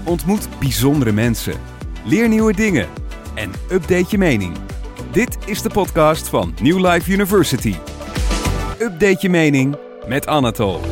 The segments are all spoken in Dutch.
Ontmoet bijzondere mensen. Leer nieuwe dingen. En update je mening. Dit is de podcast van New Life University. Update je mening met Anatol.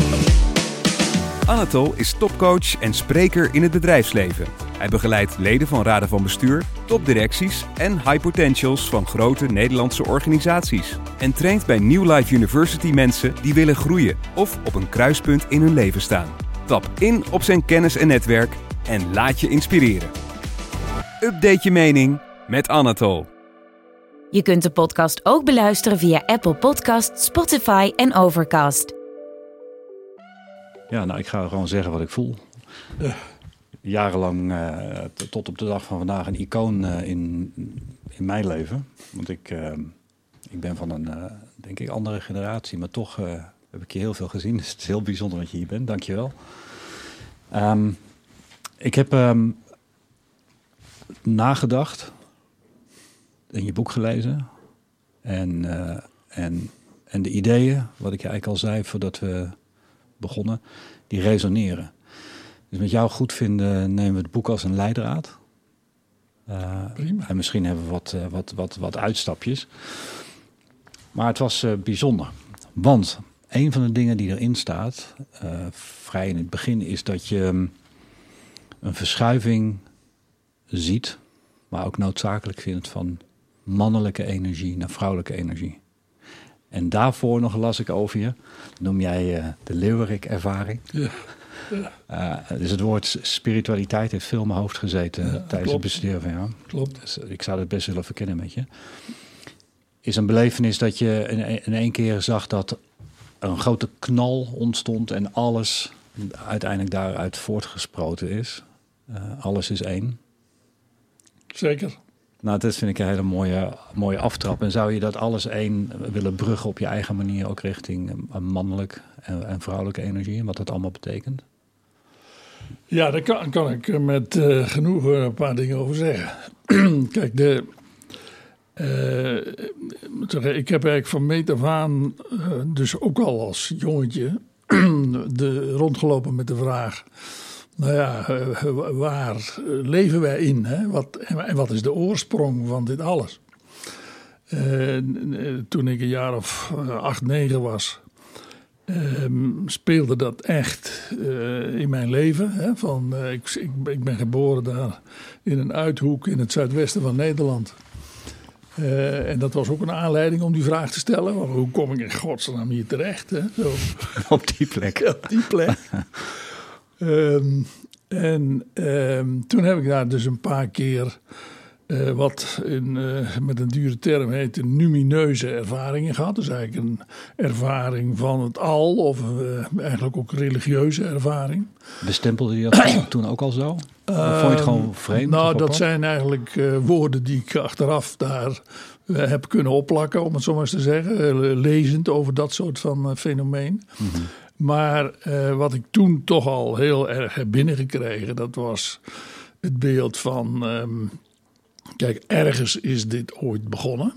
Anatol is topcoach en spreker in het bedrijfsleven. Hij begeleidt leden van raden van bestuur, topdirecties en high potentials van grote Nederlandse organisaties. En traint bij New Life University mensen die willen groeien of op een kruispunt in hun leven staan. Tap in op zijn kennis en netwerk en laat je inspireren. Update je mening met Anatol. Je kunt de podcast ook beluisteren via Apple Podcasts, Spotify en Overcast. Ja, nou, ik ga gewoon zeggen wat ik voel. Jarenlang, tot op de dag van vandaag, een icoon in mijn leven. Want ik ben van een, denk ik, andere generatie. Maar toch heb ik je heel veel gezien. Dus het is heel bijzonder dat je hier bent. Dank je wel. Ik heb nagedacht en je boek gelezen. En de ideeën, wat ik je eigenlijk al zei voordat we begonnen, die resoneren. Dus met jou goed vinden nemen we het boek als een leidraad. Prima. En misschien hebben we wat uitstapjes. Maar het was bijzonder. Want een van de dingen die erin staat, vrij in het begin, is dat je een verschuiving ziet, maar ook noodzakelijk vindt van mannelijke energie naar vrouwelijke energie. En daarvoor nog las ik over je, noem jij de Leeuwerik-ervaring. Ja. Dus het woord spiritualiteit heeft veel in mijn hoofd gezeten tijdens klopt. het bestuderen van jou. Klopt. Dus ik zou het best willen verkennen met je. Is een belevenis dat je in één keer zag dat een grote knal ontstond en alles uiteindelijk daaruit voortgesproten is. Alles is één. Zeker. Nou, dat vind ik een hele mooie aftrap. En zou je dat alles één willen bruggen op je eigen manier ook richting mannelijk en vrouwelijke energie en wat dat allemaal betekent? Ja, daar kan ik met genoeg een paar dingen over zeggen. Kijk, ik heb eigenlijk van meet af aan, dus ook al als jongetje, rondgelopen met de vraag, nou ja, waar leven wij in? Hè? Wat is de oorsprong van dit alles? Toen ik een jaar of 8, 9 was, speelde dat echt in mijn leven. Hè? Ik ben geboren daar in een uithoek in het zuidwesten van Nederland. En dat was ook een aanleiding om die vraag te stellen. Hoe kom ik in godsnaam hier terecht? Hè? Zo. Op die plek. Ja, op die plek. Toen heb ik daar dus een paar keer met een dure term heet een numineuze ervaringen gehad. Dus eigenlijk een ervaring van het al of eigenlijk ook religieuze ervaring. Bestempelde je dat toen ook al zo? Of vond je het gewoon vreemd? Nou, dat zijn eigenlijk woorden die ik achteraf daar heb kunnen opplakken, om het zo maar eens te zeggen. Lezend over dat soort van fenomeen. Mm-hmm. Maar wat ik toen toch al heel erg heb binnengekregen, dat was het beeld van, kijk, ergens is dit ooit begonnen.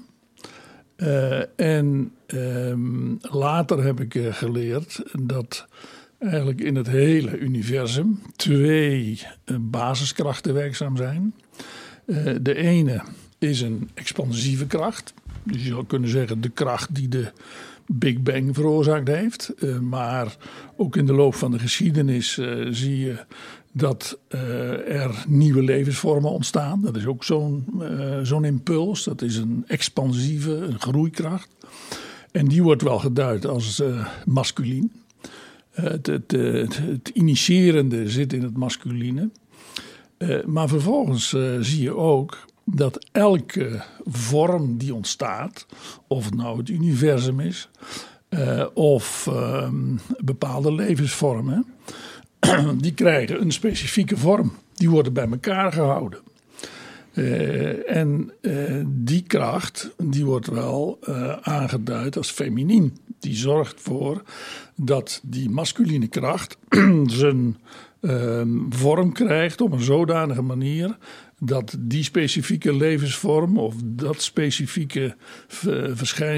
Later heb ik geleerd dat eigenlijk in het hele universum 2 basiskrachten werkzaam zijn. De ene is een expansieve kracht. Dus je zou kunnen zeggen de kracht die de Big Bang veroorzaakt heeft. Maar ook in de loop van de geschiedenis zie je dat er nieuwe levensvormen ontstaan. Dat is ook zo'n impuls. Dat is een expansieve, een groeikracht. En die wordt wel geduid als masculien. Het initiërende zit in het masculine. Maar vervolgens zie je ook dat elke vorm die ontstaat, of het nou het universum is, of bepaalde levensvormen, die krijgen een specifieke vorm. Die worden bij elkaar gehouden. Die kracht die wordt wel aangeduid als feminien. Die zorgt voor dat die masculine kracht zijn vorm krijgt op een zodanige manier dat die specifieke levensvorm of dat specifieke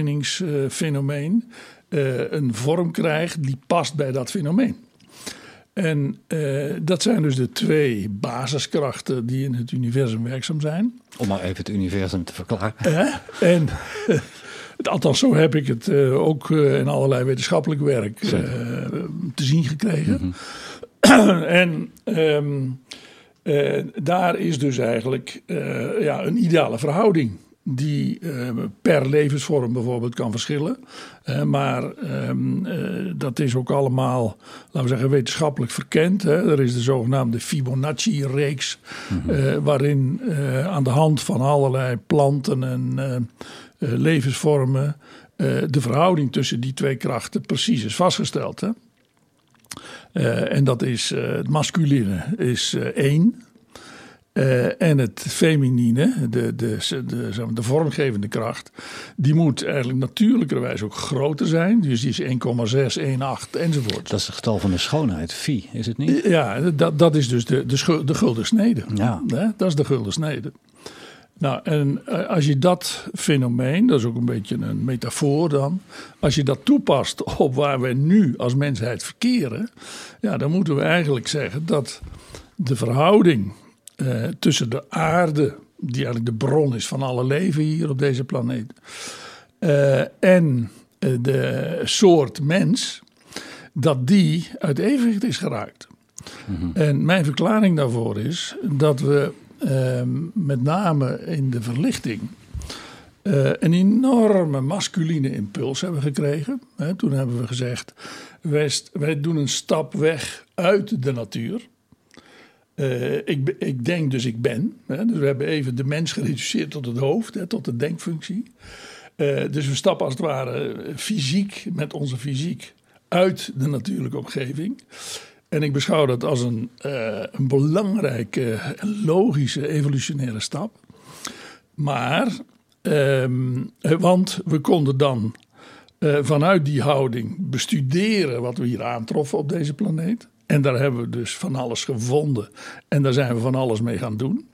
verschijningsfenomeen een vorm krijgt die past bij dat fenomeen. En dat zijn dus de 2 basiskrachten die in het universum werkzaam zijn. Om maar even het universum te verklaren. Althans, zo heb ik het ook in allerlei wetenschappelijk werk te zien gekregen. En daar is dus eigenlijk een ideale verhouding die per levensvorm bijvoorbeeld kan verschillen. Maar dat is ook allemaal, laten we zeggen, wetenschappelijk verkend. Er is de zogenaamde Fibonacci-reeks, waarin aan de hand van allerlei planten en levensvormen de verhouding tussen die 2 krachten precies is vastgesteld. Hè? En dat is het masculine is 1. En het feminine, de vormgevende kracht, die moet eigenlijk natuurlijkerwijs ook groter zijn. Dus die is 1,6, 1,8 enzovoort. Dat is het getal van de schoonheid, phi, is het niet? Ja, dat is dus de gulden snede. Ja. Dat is de gulden snede. Nou, en als je dat fenomeen, dat is ook een beetje een metafoor dan, als je dat toepast op waar we nu als mensheid verkeren, ja, dan moeten we eigenlijk zeggen dat de verhouding tussen de aarde, die eigenlijk de bron is van alle leven hier op deze planeet, en de soort mens, dat die uit evenwicht is geraakt. En mijn verklaring daarvoor is dat we met name in de verlichting een enorme masculine impuls hebben gekregen. Toen hebben we gezegd, wij doen een stap weg uit de natuur. Ik denk dus ik ben. Dus we hebben even de mens gereduceerd tot het hoofd, tot de denkfunctie. Dus we stappen als het ware fysiek, met onze fysiek, uit de natuurlijke omgeving. En ik beschouw dat als een belangrijke, logische, evolutionaire stap. Maar, want we konden dan vanuit die houding bestuderen wat we hier aantroffen op deze planeet. En daar hebben we dus van alles gevonden. En daar zijn we van alles mee gaan doen.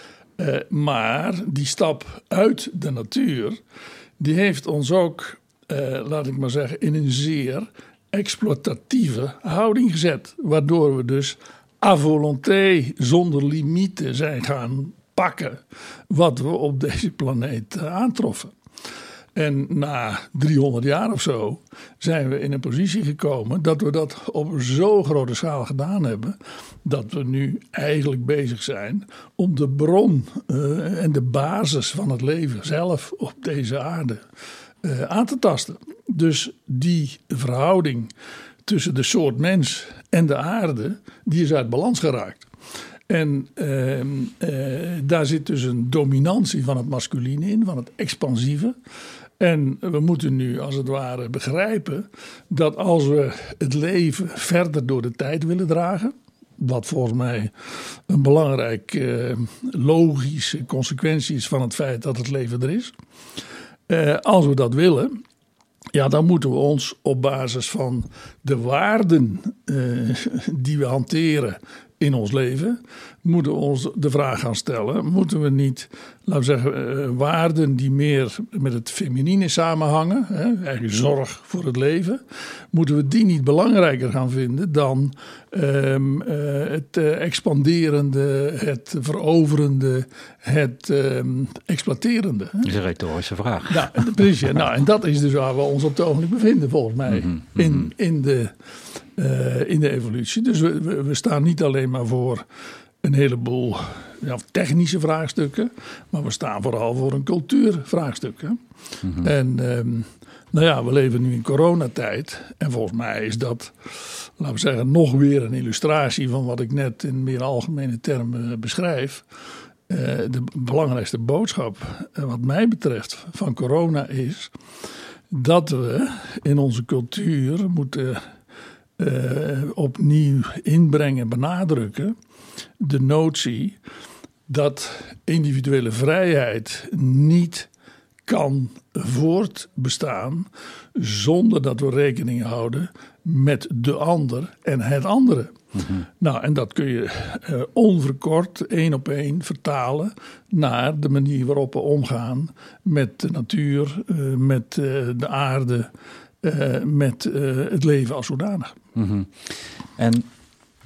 Maar die stap uit de natuur, die heeft ons ook, laat ik maar zeggen, in een zeer exploitatieve houding gezet. Waardoor we dus à volonté, zonder limieten zijn gaan pakken wat we op deze planeet aantroffen. En na 300 jaar of zo zijn we in een positie gekomen dat we dat op zo'n grote schaal gedaan hebben, dat we nu eigenlijk bezig zijn om de bron en de basis van het leven zelf op deze aarde aan te tasten. Dus die verhouding tussen de soort mens en de aarde, die is uit balans geraakt. En daar zit dus een dominantie van het masculine in, van het expansieve. En we moeten nu als het ware begrijpen dat als we het leven verder door de tijd willen dragen, wat volgens mij een belangrijk logische consequentie is van het feit dat het leven er is. Als we dat willen, ja, dan moeten we ons op basis van de waarden die we hanteren in ons leven, moeten we ons de vraag gaan stellen, moeten we niet, laten we zeggen, waarden die meer met het feminine samenhangen, eigenlijk zorg voor het leven, moeten we die niet belangrijker gaan vinden dan het expanderende, het veroverende, het exploiterende. Dat is een retorische vraag. Ja, precies. Nou, en dat is dus waar we ons op het ogenblik bevinden, volgens mij, in de evolutie. Dus we staan niet alleen maar voor een heleboel technische vraagstukken, maar we staan vooral voor een cultuurvraagstuk. En we leven nu in coronatijd en volgens mij is dat, laten we zeggen, nog weer een illustratie van wat ik net in meer algemene termen beschrijf. De belangrijkste boodschap, wat mij betreft, van corona is dat we in onze cultuur moeten opnieuw inbrengen, benadrukken de notie dat individuele vrijheid niet kan voortbestaan zonder dat we rekening houden met de ander en het andere. Nou, en dat kun je onverkort 1 op 1 vertalen naar de manier waarop we omgaan met de natuur, met de aarde, met het leven als zodanig. En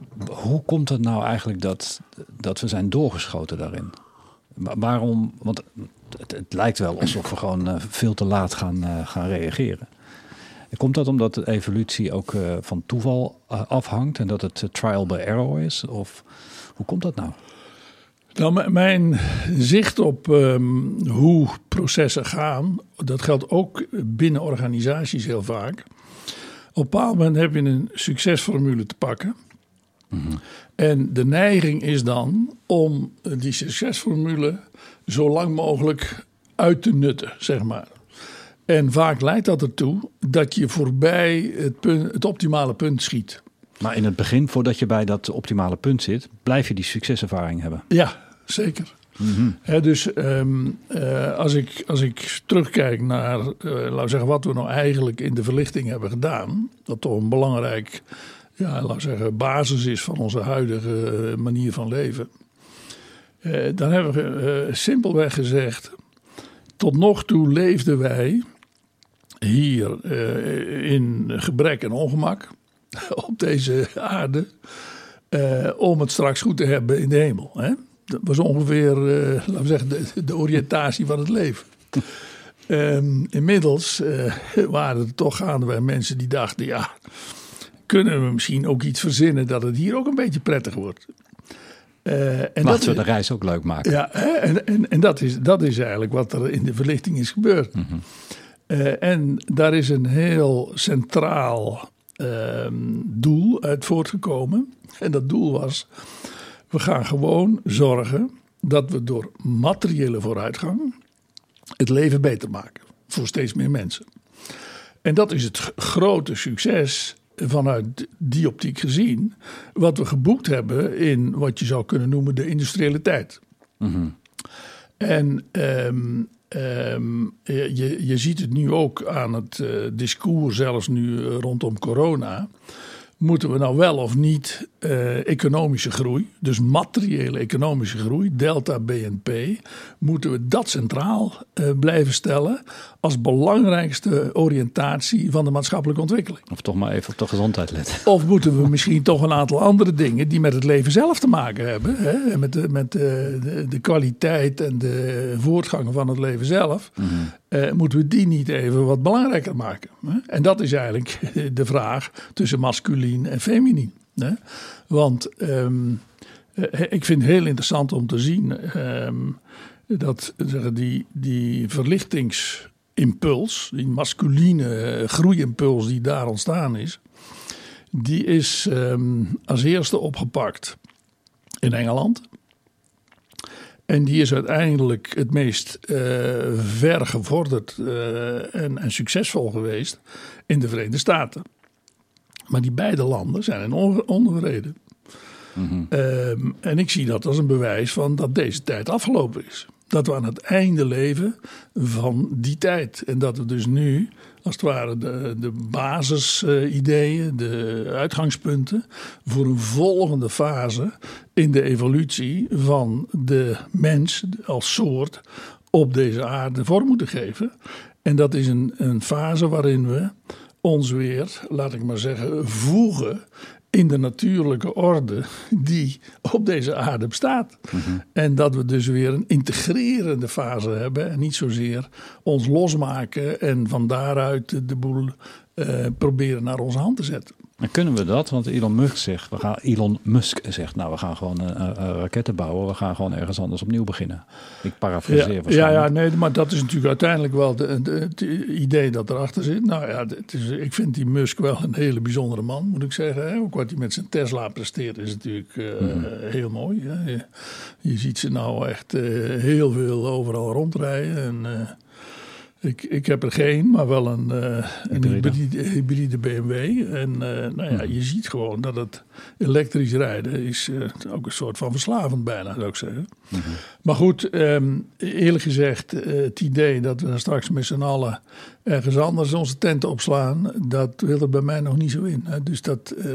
Hoe komt het nou eigenlijk dat we zijn doorgeschoten daarin? Waarom? Want het lijkt wel alsof we gewoon veel te laat gaan reageren. Komt dat omdat de evolutie ook van toeval afhangt en dat het trial by error is? Of hoe komt dat nou? Nou, mijn zicht op hoe processen gaan, dat geldt ook binnen organisaties heel vaak. Op een bepaald moment heb je een succesformule te pakken. Mm-hmm. En de neiging is dan om die succesformule zo lang mogelijk uit te nutten, zeg maar. En vaak leidt dat ertoe dat je voorbij het optimale punt schiet. Maar in het begin, voordat je bij dat optimale punt zit, blijf je die succeservaring hebben. Ja, zeker. Mm-hmm. Dus als ik terugkijk naar laten we zeggen, wat we nou eigenlijk in de verlichting hebben gedaan, dat toch een belangrijk laten we zeggen, basis is van onze huidige manier van leven. Dan hebben we simpelweg gezegd, tot nog toe leefden wij hier in gebrek en ongemak op deze aarde om het straks goed te hebben in de hemel. Hè? Dat was ongeveer, laten we zeggen, de oriëntatie van het leven. Inmiddels waren er toch gaandeweg mensen die dachten, kunnen we misschien ook iets verzinnen dat het hier ook een beetje prettig wordt. Laten we de reis ook leuk maken. Ja, en dat is eigenlijk wat er in de verlichting is gebeurd. Mm-hmm. En daar is een heel centraal doel uit voortgekomen. En dat doel was, we gaan gewoon zorgen dat we door materiële vooruitgang het leven beter maken. Voor steeds meer mensen. En dat is het grote succes vanuit die optiek gezien, wat we geboekt hebben in wat je zou kunnen noemen de industriële tijd. Mm-hmm. En je ziet het nu ook aan het discours, zelfs nu rondom corona. Moeten we nou wel of niet economische groei, dus materiële economische groei, delta BNP, moeten we dat centraal blijven stellen als belangrijkste oriëntatie van de maatschappelijke ontwikkeling. Of toch maar even op de gezondheid letten. Of moeten we misschien toch een aantal andere dingen die met het leven zelf te maken hebben, hè, met de kwaliteit en de voortgang van het leven zelf, moeten we die niet even wat belangrijker maken. Hè? En dat is eigenlijk de vraag tussen masculien en feminin. Hè? Want ik vind het heel interessant om te zien dat die verlichtingsimpuls, die masculine groeiimpuls die daar ontstaan is, die is als eerste opgepakt in Engeland. En die is uiteindelijk het meest vergevorderd en succesvol geweest in de Verenigde Staten. Maar die beide landen zijn in onvrede. Mm-hmm. En ik zie dat als een bewijs van dat deze tijd afgelopen is. Dat we aan het einde leven van die tijd. En dat we dus nu, als het ware, de basisideeën, de uitgangspunten voor een volgende fase in de evolutie van de mens als soort op deze aarde vorm moeten geven. En dat is een fase waarin we ons weer, laat ik maar zeggen, voegen in de natuurlijke orde die op deze aarde bestaat. Mm-hmm. En dat we dus weer een integrerende fase hebben en niet zozeer ons losmaken en van daaruit de boel proberen naar onze hand te zetten. En kunnen we dat? Want Elon Musk zegt, nou, we gaan gewoon raketten bouwen. We gaan gewoon ergens anders opnieuw beginnen. Ik parafraseer waarschijnlijk. Nee, maar dat is natuurlijk uiteindelijk wel het idee dat erachter zit. Nou ja, ik vind die Musk wel een hele bijzondere man, moet ik zeggen. Hè? Ook wat hij met zijn Tesla presteert is natuurlijk heel mooi. Hè? Je ziet ze nou echt heel veel overal rondrijden en ik heb er geen, maar wel een hybride BMW. En je ziet gewoon dat het elektrisch rijden is ook een soort van verslavend bijna, zou ik zeggen. Mm-hmm. Maar goed, eerlijk gezegd, het idee dat we dan straks met z'n allen ergens anders onze tenten opslaan, dat wil er bij mij nog niet zo in. Hè. Dus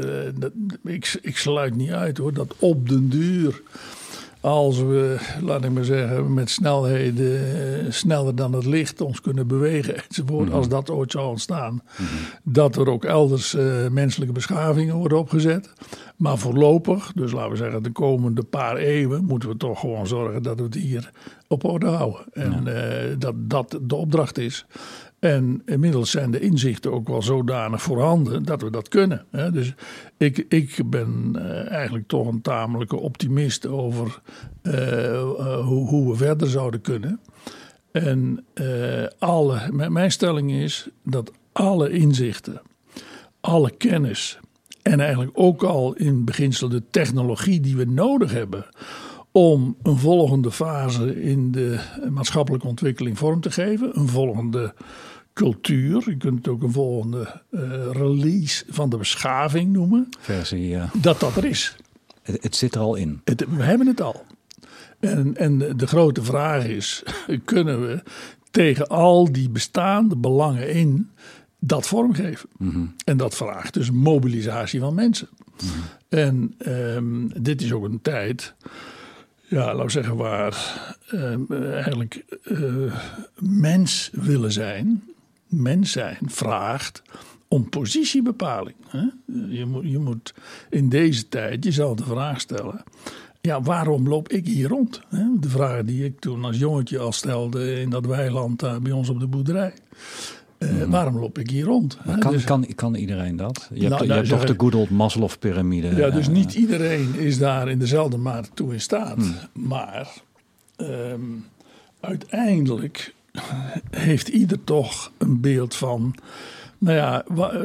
ik sluit niet uit hoor, dat op den duur, als we, laat ik maar zeggen, met snelheden sneller dan het licht ons kunnen bewegen enzovoort, mm-hmm. als dat ooit zou ontstaan, mm-hmm. dat er ook elders menselijke beschavingen worden opgezet. Maar voorlopig, dus laten we zeggen de komende paar eeuwen, moeten we toch gewoon zorgen dat we het hier op orde houden. En dat de opdracht is. En inmiddels zijn de inzichten ook wel zodanig voorhanden dat we dat kunnen. Hè? Dus ik ben eigenlijk toch een tamelijke optimist over hoe we verder zouden kunnen. En mijn stelling is dat alle inzichten, alle kennis en eigenlijk ook al in beginsel de technologie die we nodig hebben om een volgende fase in de maatschappelijke ontwikkeling vorm te geven, een volgende cultuur, je kunt het ook een volgende release van de beschaving noemen, versie, dat er is. Het zit er al in. We hebben het al. En de grote vraag is, kunnen we tegen al die bestaande belangen in dat vormgeven? Mm-hmm. En dat vraagt dus mobilisatie van mensen. Mm-hmm. En dit is ook een tijd, laten we zeggen, waar eigenlijk mens willen zijn, mens zijn vraagt om positiebepaling. Hè? Je moet in deze tijd jezelf de vraag stellen, ja, waarom loop ik hier rond? De vraag die ik toen als jongetje al stelde in dat weiland daar bij ons op de boerderij. Waarom loop ik hier rond? Kan iedereen dat? Je hebt toch de good old Maslow-pyramide. Ja, dus niet iedereen is daar in dezelfde mate toe in staat. Maar uiteindelijk heeft ieder toch een beeld van, nou ja,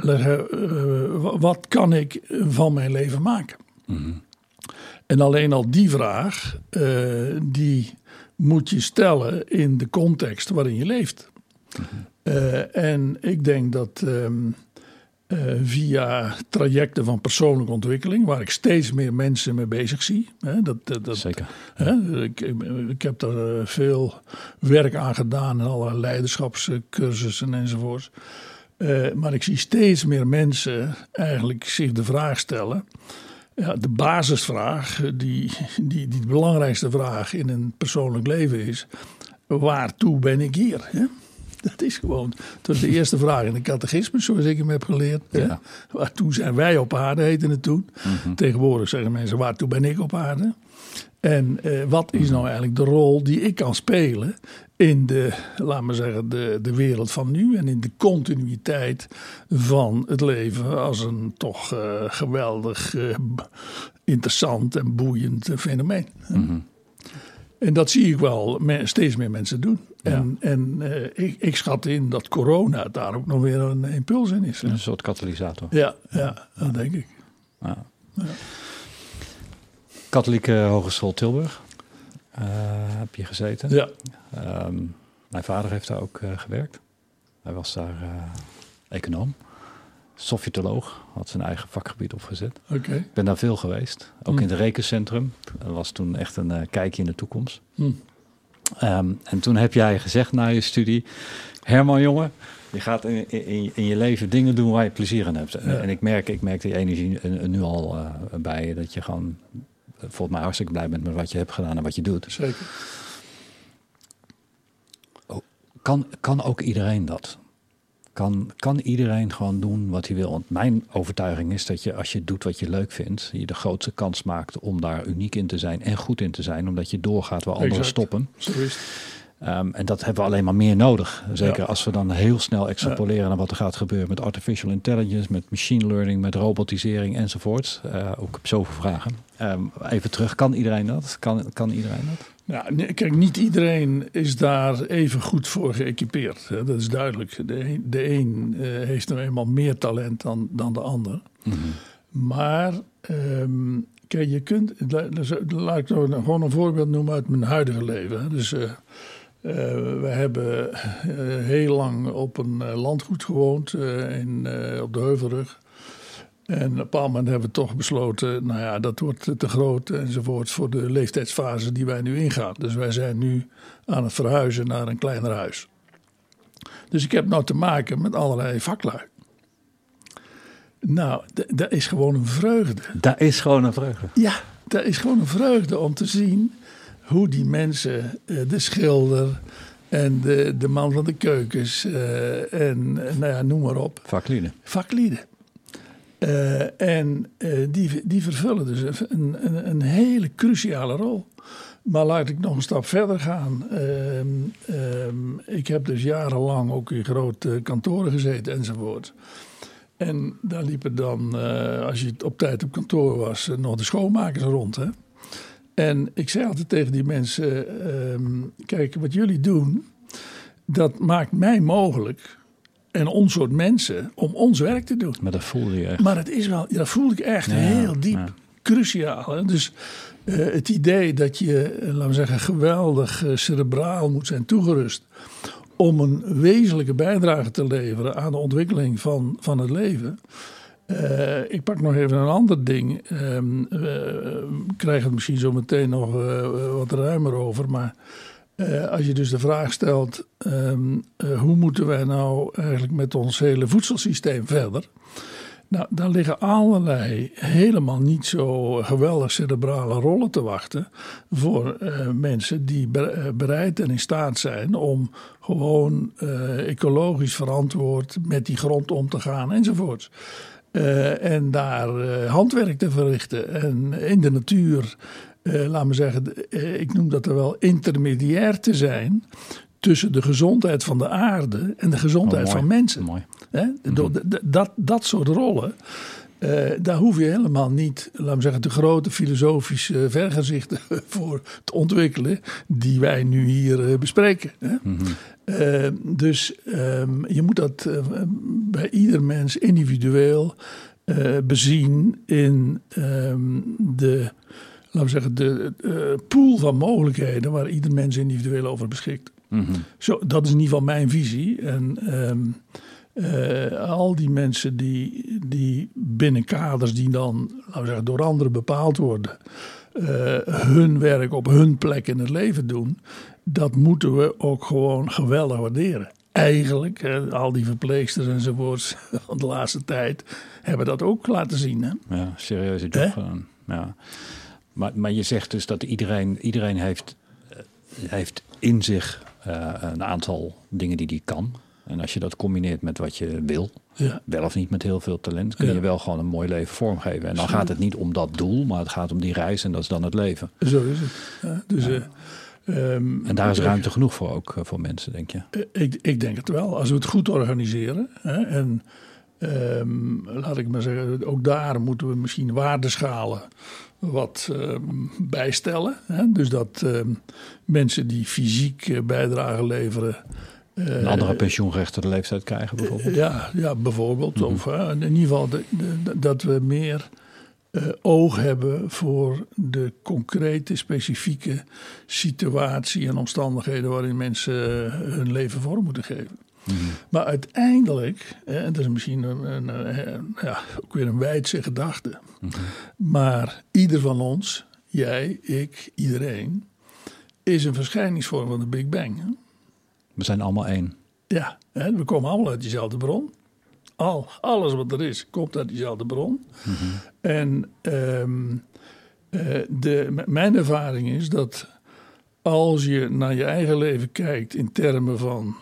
wat kan ik van mijn leven maken? Mm-hmm. En alleen al die vraag, die moet je stellen in de context waarin je leeft. Mm-hmm. En ik denk dat via trajecten van persoonlijke ontwikkeling, waar ik steeds meer mensen mee bezig zie. Zeker. Ik heb daar veel werk aan gedaan en allerlei leiderschapscursussen enzovoort. Maar ik zie steeds meer mensen eigenlijk zich de vraag stellen. Ja, de basisvraag, die de belangrijkste vraag in een persoonlijk leven is, waartoe ben ik hier? Hè? Dat is gewoon, het was de eerste vraag in de catechisme, zoals ik hem heb geleerd. Ja. Waartoe zijn wij op aarde, heette het toen. Mm-hmm. Tegenwoordig zeggen mensen, waartoe ben ik op aarde? En wat is nou eigenlijk de rol die ik kan spelen in de, laat maar zeggen, de wereld van nu en in de continuïteit van het leven als een toch geweldig interessant en boeiend fenomeen. Mm-hmm. En dat zie ik wel steeds meer mensen doen. Ja. En ik schat in dat corona daar ook nog weer een impuls in is. Een soort katalysator. Ja, dat denk ik. Ja. Ja. Katholieke Hogeschool Tilburg heb je gezeten. Ja. Mijn vader heeft daar ook gewerkt. Hij was daar econoom. Sovjetoloog, had zijn eigen vakgebied opgezet. Okay. Ik ben daar veel geweest. Ook in het rekencentrum. Dat was toen echt een kijkje in de toekomst. En toen heb jij gezegd na je studie, Herman jongen, je gaat in je leven dingen doen waar je plezier aan hebt. Ja. En ik merk die energie nu al bij je, dat je gewoon volgens mij hartstikke blij bent met wat je hebt gedaan en wat je doet. Zeker. Kan ook iedereen dat? Kan iedereen gewoon doen wat hij wil? Want mijn overtuiging is dat je, als je doet wat je leuk vindt, je de grootste kans maakt om daar uniek in te zijn en goed in te zijn, omdat je doorgaat waar anderen stoppen. Zo is het. En dat hebben we alleen maar meer nodig. Zeker als we dan heel snel extrapoleren naar wat er gaat gebeuren met artificial intelligence, met machine learning, met robotisering enzovoort. Ook op zoveel vragen. Even terug, kan iedereen dat? Kan iedereen dat? Nou, kijk, niet iedereen is daar even goed voor geëquipeerd. Hè? Dat is duidelijk. De een heeft nou eenmaal meer talent dan de ander. Mm-hmm. Maar kijk, je kunt, laat ik nou gewoon een voorbeeld noemen uit mijn huidige leven. Hè? Dus we hebben heel lang op een landgoed gewoond op de Heuvelrug. En op een bepaald moment hebben we toch besloten, nou ja, dat wordt te groot enzovoort voor de leeftijdsfase die wij nu ingaan. Dus wij zijn nu aan het verhuizen naar een kleiner huis. Dus ik heb nou te maken met allerlei vaklui. Nou, dat is gewoon een vreugde. Dat is gewoon een vreugde? Ja, dat is gewoon een vreugde om te zien hoe die mensen, de schilder en de man van de keukens en nou ja, noem maar op. Vaklieden. Die vervullen dus een hele cruciale rol. Maar laat ik nog een stap verder gaan. Ik heb dus jarenlang ook in grote kantoren gezeten enzovoort. En daar liepen dan, als je op tijd op kantoor was, nog de schoonmakers rond. Hè? En ik zei altijd tegen die mensen, kijk, wat jullie doen, dat maakt mij mogelijk en ons soort mensen om ons werk te doen. Maar dat voelde je echt. Maar het is wel, dat voelde ik echt heel diep, cruciaal. Hè? Dus het idee dat je, laten we zeggen, geweldig cerebraal moet zijn toegerust om een wezenlijke bijdrage te leveren aan de ontwikkeling van het leven. Ik pak nog even een ander ding. Krijg het misschien zo meteen nog wat ruimer over. Maar als je dus de vraag stelt, hoe moeten wij nou eigenlijk met ons hele voedselsysteem verder? Nou, daar liggen allerlei helemaal niet zo geweldig cerebrale rollen te wachten voor mensen die bereid en in staat zijn om gewoon ecologisch verantwoord met die grond om te gaan enzovoorts. En daar handwerk te verrichten en in de natuur, laat me zeggen, ik noem dat er wel intermediair te zijn tussen de gezondheid van de aarde en de gezondheid van mensen. Mooi. Dat soort rollen, daar hoef je helemaal niet, laten we zeggen, de grote filosofische vergezichten voor te ontwikkelen die wij nu hier bespreken. Hè? Dus je moet dat bij ieder mens individueel bezien in de, laten we zeggen, de pool van mogelijkheden waar ieder mens individueel over beschikt. Zo, dat is in ieder geval mijn visie. En al die mensen die binnen kaders die dan, laten we zeggen, door anderen bepaald worden, hun werk op hun plek in het leven doen, dat moeten we ook gewoon geweldig waarderen. Eigenlijk, al die verpleegsters enzovoorts van de laatste tijd hebben dat ook laten zien. Hè? Ja, serieuze job gedaan. Ja. Maar je zegt dus dat iedereen heeft in zich een aantal dingen die hij kan. En als je dat combineert met wat je wil, wel of niet met heel veel talent, kun je wel gewoon een mooi leven vormgeven. En dan gaat het niet om dat doel, maar het gaat om die reis en dat is dan het leven. Zo is het. Ja, dus, en daar is ruimte genoeg voor ook voor mensen, denk je? Ik denk het wel. Als we het goed organiseren. Hè, en laat ik maar zeggen, ook daar moeten we misschien waardeschalen wat bijstellen. Hè? Dus dat mensen die fysiek bijdrage leveren, een andere pensioenrechter de leeftijd krijgen bijvoorbeeld? Ja, bijvoorbeeld. Of in ieder geval dat we meer oog hebben voor de concrete, specifieke situatie en omstandigheden waarin mensen hun leven vorm moeten geven. Maar uiteindelijk, en dat is misschien ook weer een wijdse gedachte, maar ieder van ons, jij, ik, iedereen, is een verschijningsvorm van de Big Bang. Hè? We zijn allemaal één. Ja, we komen allemaal uit diezelfde bron. Alles wat er is, komt uit diezelfde bron. En mijn ervaring is dat als je naar je eigen leven kijkt in termen van,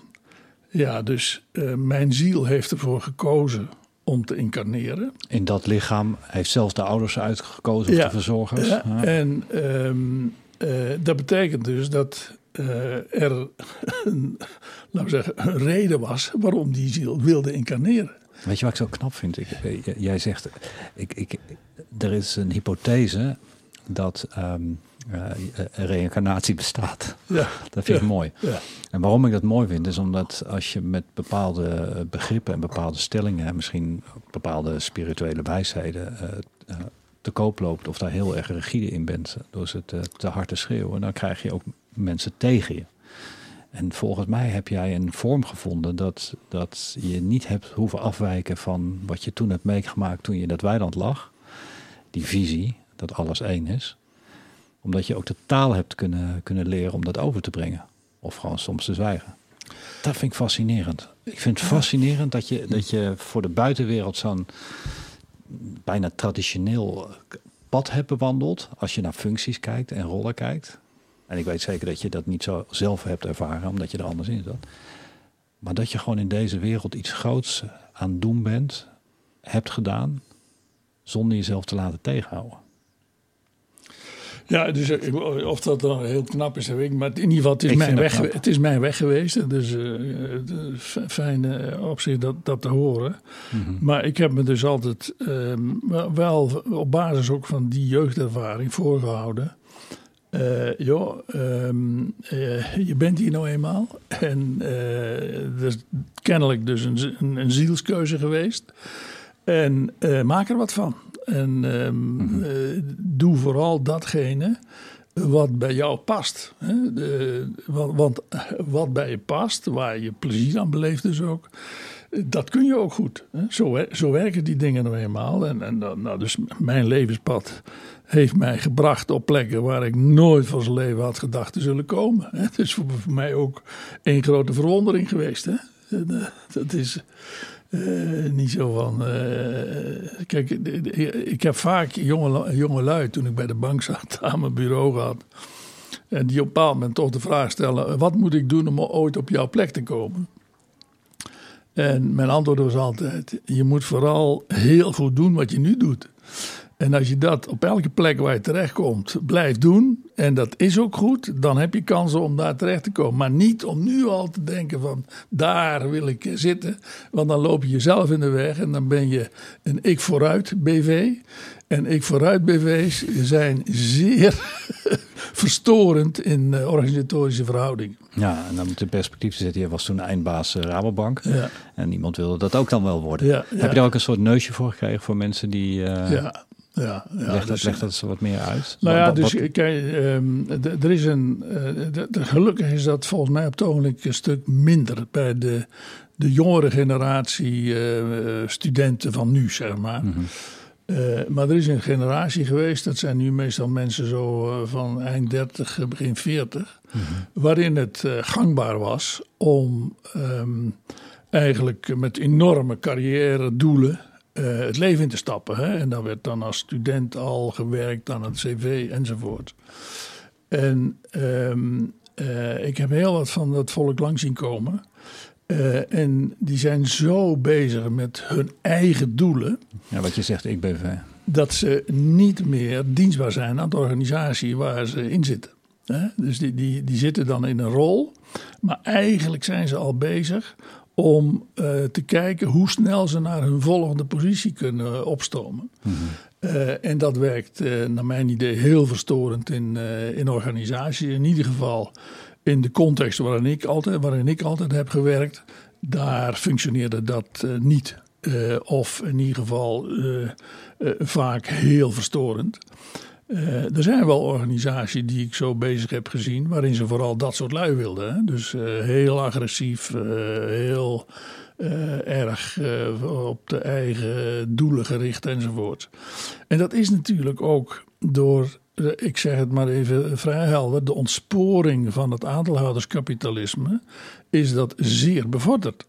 mijn ziel heeft ervoor gekozen om te incarneren. In dat lichaam heeft zelfs de ouders uitgekozen of de verzorgers. Ja. En dat betekent dus dat er een reden was waarom die ziel wilde incarneren. Weet je wat ik zo knap vind? Jij zegt, er is een hypothese dat reïncarnatie bestaat. Ja. Dat vind ik mooi. Ja. En waarom ik dat mooi vind, is omdat als je met bepaalde begrippen en bepaalde stellingen en misschien bepaalde spirituele wijsheden te koop loopt of daar heel erg rigide in bent door ze te hard te schreeuwen, dan krijg je ook mensen tegen je. En volgens mij heb jij een vorm gevonden dat je niet hebt hoeven afwijken van wat je toen hebt meegemaakt toen je in dat weiland lag. Die visie, dat alles één is. Omdat je ook de taal hebt kunnen leren om dat over te brengen. Of gewoon soms te zwijgen. Dat vind ik fascinerend. Ik vind het fascinerend dat je voor de buitenwereld zo'n bijna traditioneel pad hebt bewandeld. Als je naar functies kijkt en rollen kijkt. En ik weet zeker dat je dat niet zo zelf hebt ervaren, omdat je er anders in zat. Maar dat je gewoon in deze wereld iets groots aan het doen bent, hebt gedaan. zonder jezelf te laten tegenhouden. Ja, dus of dat dan heel knap is, weet ik. Maar in ieder geval, het is mijn weg geweest. Dus fijn op zich dat te horen. Mm-hmm. Maar ik heb me dus altijd wel op basis ook van die jeugdervaring voorgehouden. Je bent hier nou eenmaal. En dat is kennelijk dus een zielskeuze geweest. En maak er wat van. En doe vooral datgene wat bij jou past. Hè? Want wat bij je past, waar je plezier aan beleeft dus ook, dat kun je ook goed. Hè? Zo werken die dingen nou eenmaal. Dus mijn levenspad heeft mij gebracht op plekken waar ik nooit van zijn leven had gedacht te zullen komen. Hè? Het is voor mij ook een grote verwondering geweest. Hè? Dat is... niet zo van... kijk, ik heb vaak jonge lui toen ik bij de bank zat aan mijn bureau gehad. En die op een bepaald moment toch de vraag stellen... wat moet ik doen om ooit op jouw plek te komen? En mijn antwoord was altijd... je moet vooral heel goed doen wat je nu doet. En als je dat op elke plek waar je terechtkomt blijft doen... en dat is ook goed, dan heb je kansen om daar terecht te komen. Maar niet om nu al te denken van daar wil ik zitten. Want dan loop je jezelf in de weg en dan ben je een Ik Vooruit BV. En Ik Vooruit BV's zijn zeer verstorend in organisatorische verhoudingen. Ja, en dan moet in perspectief zetten. Je was toen eindbaas Rabobank. Ja. En niemand wilde dat ook dan wel worden. Ja, heb je daar ook een soort neusje voor gekregen voor mensen die... Ja, leg dat zo wat meer uit. Nou ja, dus kijk, er is gelukkig is dat volgens mij op het ogenblik een stuk minder bij de jongere generatie studenten van nu, zeg maar. Mm-hmm. Maar er is een generatie geweest, dat zijn nu meestal mensen zo van eind 30, begin 40, mm-hmm. waarin het gangbaar was om eigenlijk met enorme carrière doelen het leven in te stappen. Hè? En dan werd dan als student al gewerkt aan het cv enzovoort. En ik heb heel wat van dat volk lang zien komen. En die zijn zo bezig met hun eigen doelen. Ja, wat je zegt, ik BV. Dat ze niet meer dienstbaar zijn aan de organisatie waar ze in zitten. Dus die zitten dan in een rol. Maar eigenlijk zijn ze al bezig om te kijken hoe snel ze naar hun volgende positie kunnen opstomen. Mm-hmm. En dat werkt naar mijn idee heel verstorend in organisaties. In ieder geval in de context waarin ik altijd heb gewerkt. Daar functioneerde dat niet. Of in ieder geval vaak heel verstorend. Er zijn wel organisaties die ik zo bezig heb gezien, waarin ze vooral dat soort lui wilden. Hè? Dus heel agressief, heel erg op de eigen doelen gericht enzovoort. En dat is natuurlijk ook door, ik zeg het maar even vrij helder, de ontsporing van het aandeelhouderskapitalisme is dat zeer bevorderd.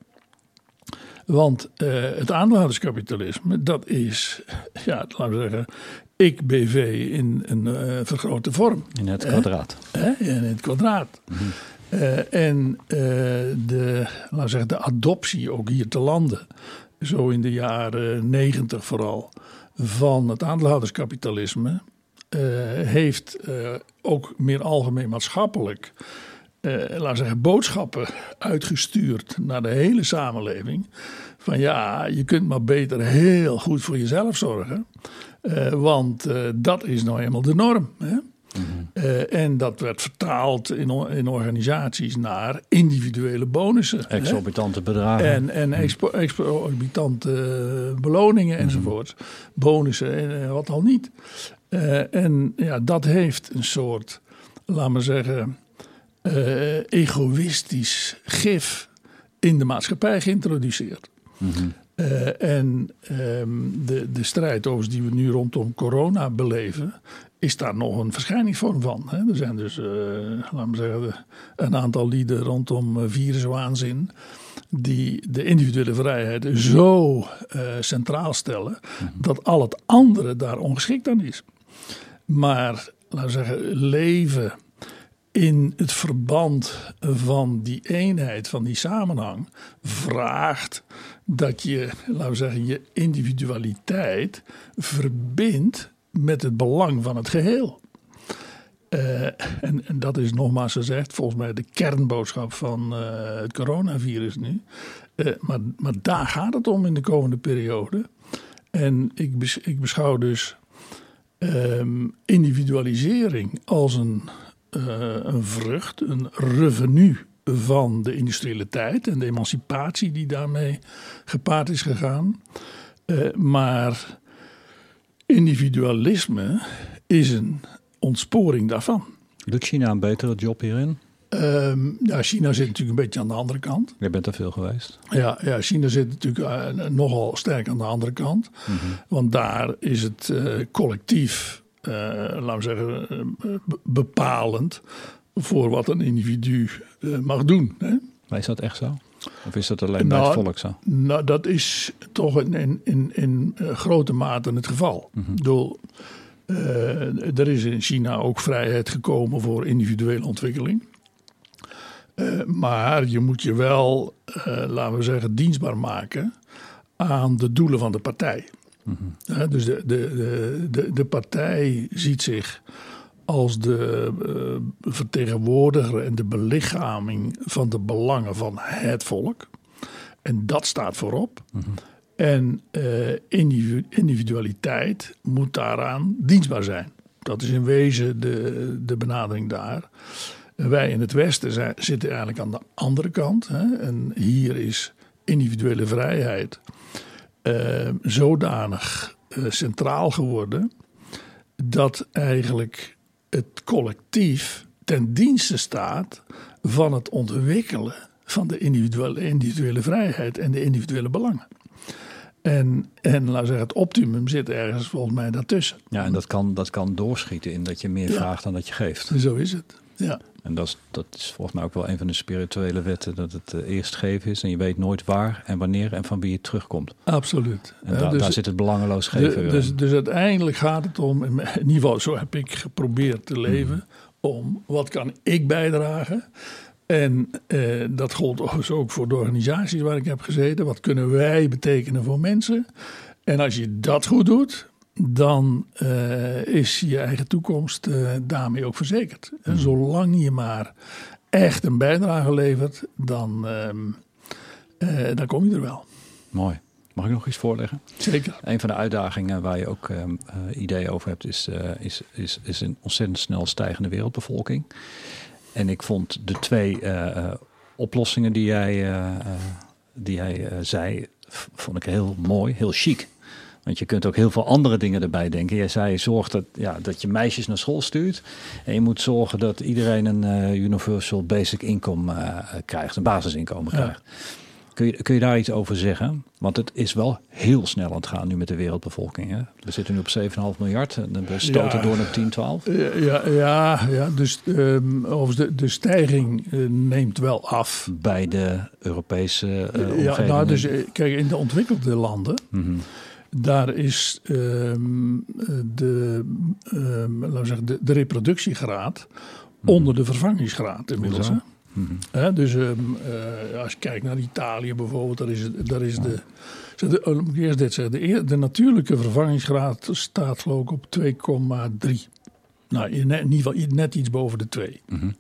Want het aandeelhouderskapitalisme, dat is, ja, laten we zeggen, ik BV in een vergrote vorm. In het kwadraat. In het kwadraat. Mm-hmm. De adoptie ook hier te landen, zo in de jaren 90 vooral, van het aandeelhouderskapitalisme, heeft ook meer algemeen maatschappelijk boodschappen uitgestuurd naar de hele samenleving. Van ja, je kunt maar beter heel goed voor jezelf zorgen. Want dat is nou eenmaal de norm. Hè? Mm-hmm. En dat werd vertaald in organisaties naar individuele bonussen. Exorbitante bedragen. En exorbitante beloningen enzovoort. Mm-hmm. Bonussen en wat al niet. En ja, dat heeft een soort, laten we zeggen, egoïstisch gif in de maatschappij geïntroduceerd. Mm-hmm. De strijd overigens die we nu rondom corona beleven, is daar nog een verschijningsvorm van. Hè? Er zijn dus, laten we zeggen, een aantal lieden rondom viruswaanzin die de individuele vrijheid zo centraal stellen, mm-hmm. dat al het andere daar ongeschikt aan is. Maar, laten we zeggen, leven in het verband van die eenheid, van die samenhang, vraagt dat je, laten we zeggen, je individualiteit verbindt met het belang van het geheel. En dat is nogmaals gezegd, volgens mij de kernboodschap van het coronavirus nu. Maar daar gaat het om in de komende periode. En ik beschouw dus individualisering als een vrucht, een revenu van de industriële tijd en de emancipatie die daarmee gepaard is gegaan. Maar individualisme is een ontsporing daarvan. Doet China een betere job hierin? China zit natuurlijk een beetje aan de andere kant. Je bent er veel geweest. Ja, China zit natuurlijk nogal sterk aan de andere kant. Mm-hmm. Want daar is het collectief, laten we zeggen, bepalend voor wat een individu mag doen. Hè? Maar is dat echt zo? Of is dat alleen bij het volk zo? Nou, dat is toch in grote mate het geval. Mm-hmm. Ik bedoel, er is in China ook vrijheid gekomen voor individuele ontwikkeling. Maar je moet je wel, laten we zeggen, dienstbaar maken aan de doelen van de partij. Mm-hmm. Dus de partij ziet zich als de vertegenwoordiger en de belichaming van de belangen van het volk. En dat staat voorop. Mm-hmm. En individualiteit moet daaraan dienstbaar zijn. Dat is in wezen de benadering daar. Wij in het Westen zitten eigenlijk aan de andere kant. Hè? En hier is individuele vrijheid zodanig centraal geworden dat eigenlijk het collectief ten dienste staat van het ontwikkelen van de individuele vrijheid en de individuele belangen. En laten we zeggen, het optimum zit ergens volgens mij daartussen. Ja, en dat kan doorschieten in dat je meer vraagt dan dat je geeft. Zo is het, ja. En dat is volgens mij ook wel een van de spirituele wetten, dat het eerst geven is en je weet nooit waar en wanneer en van wie je terugkomt. Absoluut. En daar zit het belangeloos geven. Dus uiteindelijk gaat het om, in ieder geval zo heb ik geprobeerd te leven, om wat kan ik bijdragen. En dat gold ook voor de organisaties waar ik heb gezeten. Wat kunnen wij betekenen voor mensen? En als je dat goed doet, dan is je eigen toekomst daarmee ook verzekerd. En zolang je maar echt een bijdrage levert, dan kom je er wel. Mooi. Mag ik nog iets voorleggen? Zeker. Een van de uitdagingen waar je ook ideeën over hebt is een ontzettend snel stijgende wereldbevolking. En ik vond de twee oplossingen die jij zei, vond ik heel mooi, heel chic. Want je kunt ook heel veel andere dingen erbij denken. Jij zei, zorg dat je meisjes naar school stuurt. En je moet zorgen dat iedereen een universal basic income krijgt, een basisinkomen krijgt. Kun je daar iets over zeggen? Want het is wel heel snel aan het gaan nu met de wereldbevolking. Hè? We zitten nu op 7,5 miljard en we stoten door naar 10, 12. Ja, dus de stijging neemt wel af. Bij de Europese omgeving. Nou, dus kijk, in de ontwikkelde landen, daar is de reproductiegraad onder de vervangingsgraad inmiddels. Hè? Mm-hmm. Dus als je kijkt naar Italië bijvoorbeeld, daar is de natuurlijke vervangingsgraad staat geloof ik op 2,3. Nou, in ieder geval net iets boven de 2. Mm-hmm.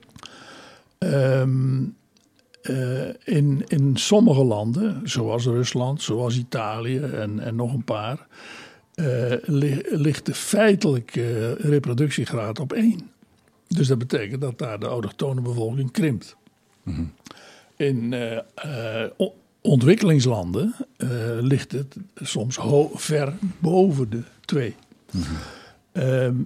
In sommige landen, zoals Rusland, zoals Italië en nog een paar, ligt de feitelijke reproductiegraad op 1. Dus dat betekent dat daar de autochtone bevolking krimpt. Mm-hmm. In ontwikkelingslanden ligt het soms ver boven de 2. Mm-hmm.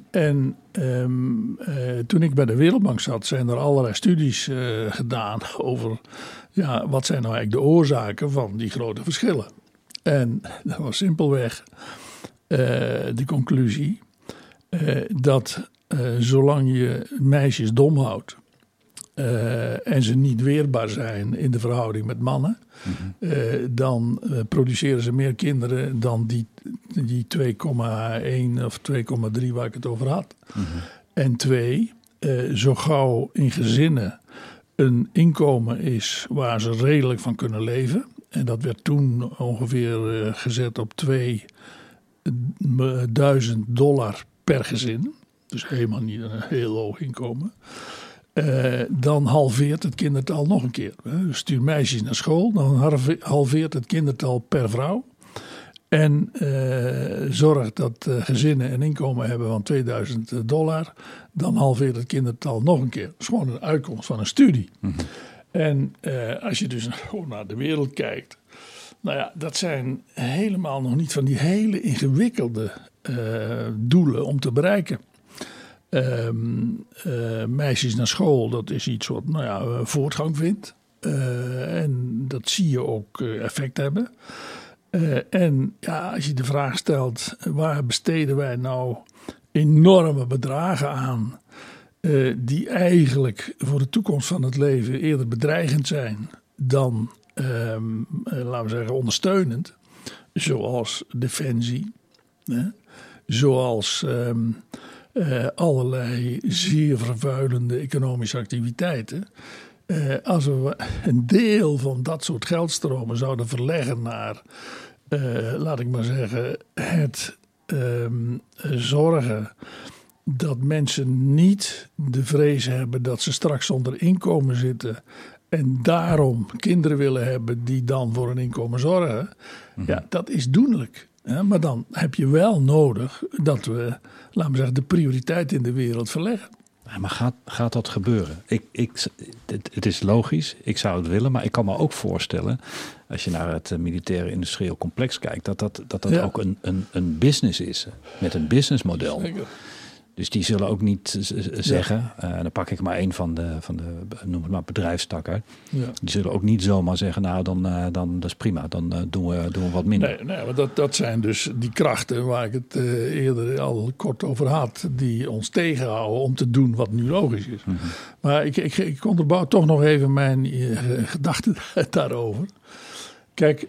Toen ik bij de Wereldbank zat, zijn er allerlei studies gedaan over wat zijn nou eigenlijk de oorzaken van die grote verschillen. En dat was simpelweg de conclusie dat zolang je meisjes dom houdt en ze niet weerbaar zijn in de verhouding met mannen, dan produceren ze meer kinderen dan die 2,1 of 2,3 waar ik het over had. Mm-hmm. En 2, zo gauw in gezinnen een inkomen is waar ze redelijk van kunnen leven. En dat werd toen ongeveer gezet op $2.000 per gezin. Dus helemaal niet een heel hoog inkomen. Dan halveert het kindertal nog een keer. Dus stuur meisjes naar school, dan halveert het kindertal per vrouw. En zorg dat gezinnen een inkomen hebben van $2.000. Dan halveert het kindertal nog een keer. Dat is gewoon een uitkomst van een studie. Mm-hmm. En als je dus gewoon naar de wereld kijkt. Nou ja, dat zijn helemaal nog niet van die hele ingewikkelde doelen om te bereiken. Meisjes naar school, dat is iets wat voortgang vindt. En dat zie je ook effect hebben. En ja, als je de vraag stelt, waar besteden wij nou enorme bedragen aan, die eigenlijk voor de toekomst van het leven eerder bedreigend zijn dan, laten we zeggen, ondersteunend. Zoals defensie, zoals allerlei zeer vervuilende economische activiteiten. Als we een deel van dat soort geldstromen zouden verleggen naar, laat ik maar zeggen, het zorgen dat mensen niet de vrees hebben dat ze straks zonder inkomen zitten en daarom kinderen willen hebben die dan voor een inkomen zorgen. Mm-hmm. Ja, dat is doenlijk. Maar dan heb je wel nodig dat we, laten we zeggen, de prioriteit in de wereld verleggen. Ja, maar gaat dat gebeuren? Het is logisch, ik zou het willen, maar ik kan me ook voorstellen, als je naar het militaire industrieel complex kijkt, dat ook een business is, met een businessmodel. Zeker. Dus die zullen ook niet zeggen, dan pak ik maar één van de noem het maar bedrijfstakken. Ja. Die zullen ook niet zomaar zeggen, nou dan dat is prima, dan doen we wat minder. Nee, maar dat zijn dus die krachten waar ik het eerder al kort over had, die ons tegenhouden om te doen wat nu logisch is. Mm-hmm. Maar ik onderbouw toch nog even mijn gedachten daarover. Kijk,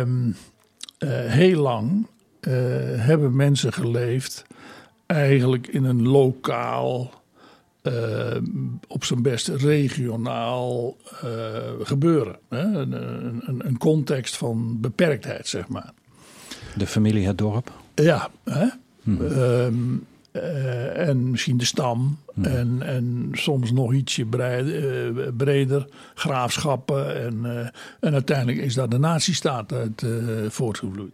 heel lang hebben mensen geleefd eigenlijk in een lokaal, op zijn best regionaal gebeuren. Hè? Een context van beperktheid, zeg maar. De familie, het dorp? Ja. Hè? En misschien de stam. En soms nog ietsje breder. Graafschappen. En uiteindelijk is daar de natiestaat uit voortgevloeid.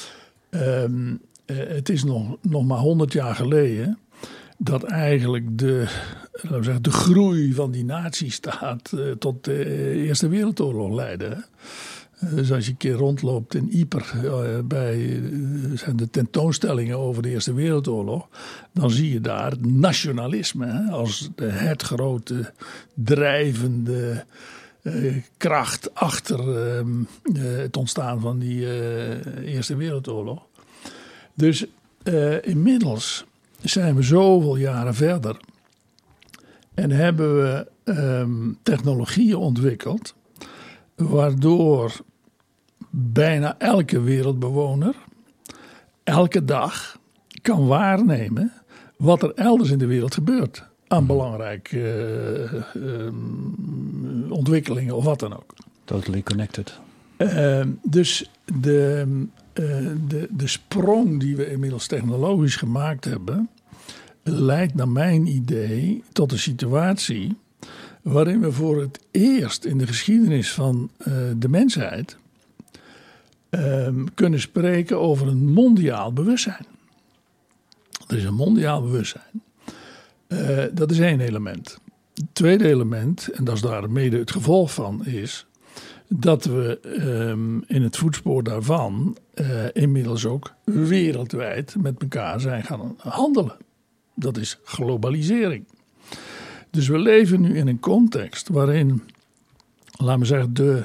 Het is nog maar 100 jaar geleden dat eigenlijk de groei van die natiestaat tot de Eerste Wereldoorlog leidde. Dus als je een keer rondloopt in Ypres zijn de tentoonstellingen over de Eerste Wereldoorlog, dan zie je daar nationalisme als het grote drijvende kracht achter het ontstaan van die Eerste Wereldoorlog. Dus inmiddels zijn we zoveel jaren verder en hebben we technologieën ontwikkeld waardoor bijna elke wereldbewoner elke dag kan waarnemen wat er elders in de wereld gebeurt aan belangrijke ontwikkelingen of wat dan ook. Totally connected. Dus de sprong die we inmiddels technologisch gemaakt hebben, leidt naar mijn idee tot een situatie waarin we voor het eerst in de geschiedenis van de mensheid kunnen spreken over een mondiaal bewustzijn. Er is een mondiaal bewustzijn. Dat is één element. Het tweede element, en dat is daar mede het gevolg van, is dat we in het voetspoor daarvan inmiddels ook wereldwijd met elkaar zijn gaan handelen. Dat is globalisering. Dus we leven nu in een context waarin, laten we zeggen,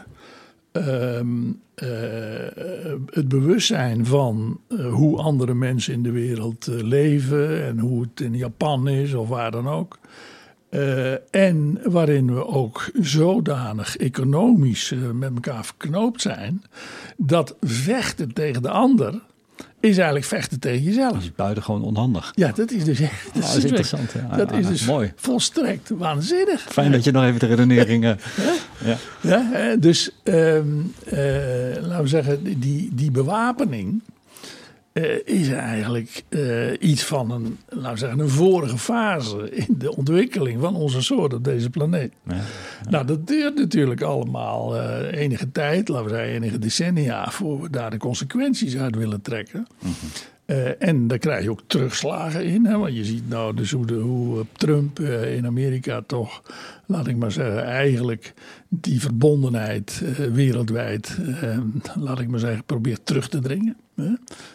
het bewustzijn van hoe andere mensen in de wereld leven en hoe het in Japan is of waar dan ook. En waarin we ook zodanig economisch met elkaar verknoopt zijn, dat vechten tegen de ander is eigenlijk vechten tegen jezelf. Dat is buitengewoon onhandig. Ja, dat is dus echt... Dat is interessant. Ja. Dat is dus mooi. Volstrekt waanzinnig. Fijn dat je nog even de redeneringen... Dus laten we zeggen, die bewapening is eigenlijk iets van een vorige fase in de ontwikkeling van onze soort op deze planeet. Ja. Nou, dat duurt natuurlijk allemaal enige tijd, laten we zeggen enige decennia, voor we daar de consequenties uit willen trekken. Mm-hmm. En daar krijg je ook terugslagen in. Hè? Want je ziet nou dus hoe Trump in Amerika toch, laat ik maar zeggen, eigenlijk die verbondenheid wereldwijd, laat ik maar zeggen, probeert terug te dringen. Hè?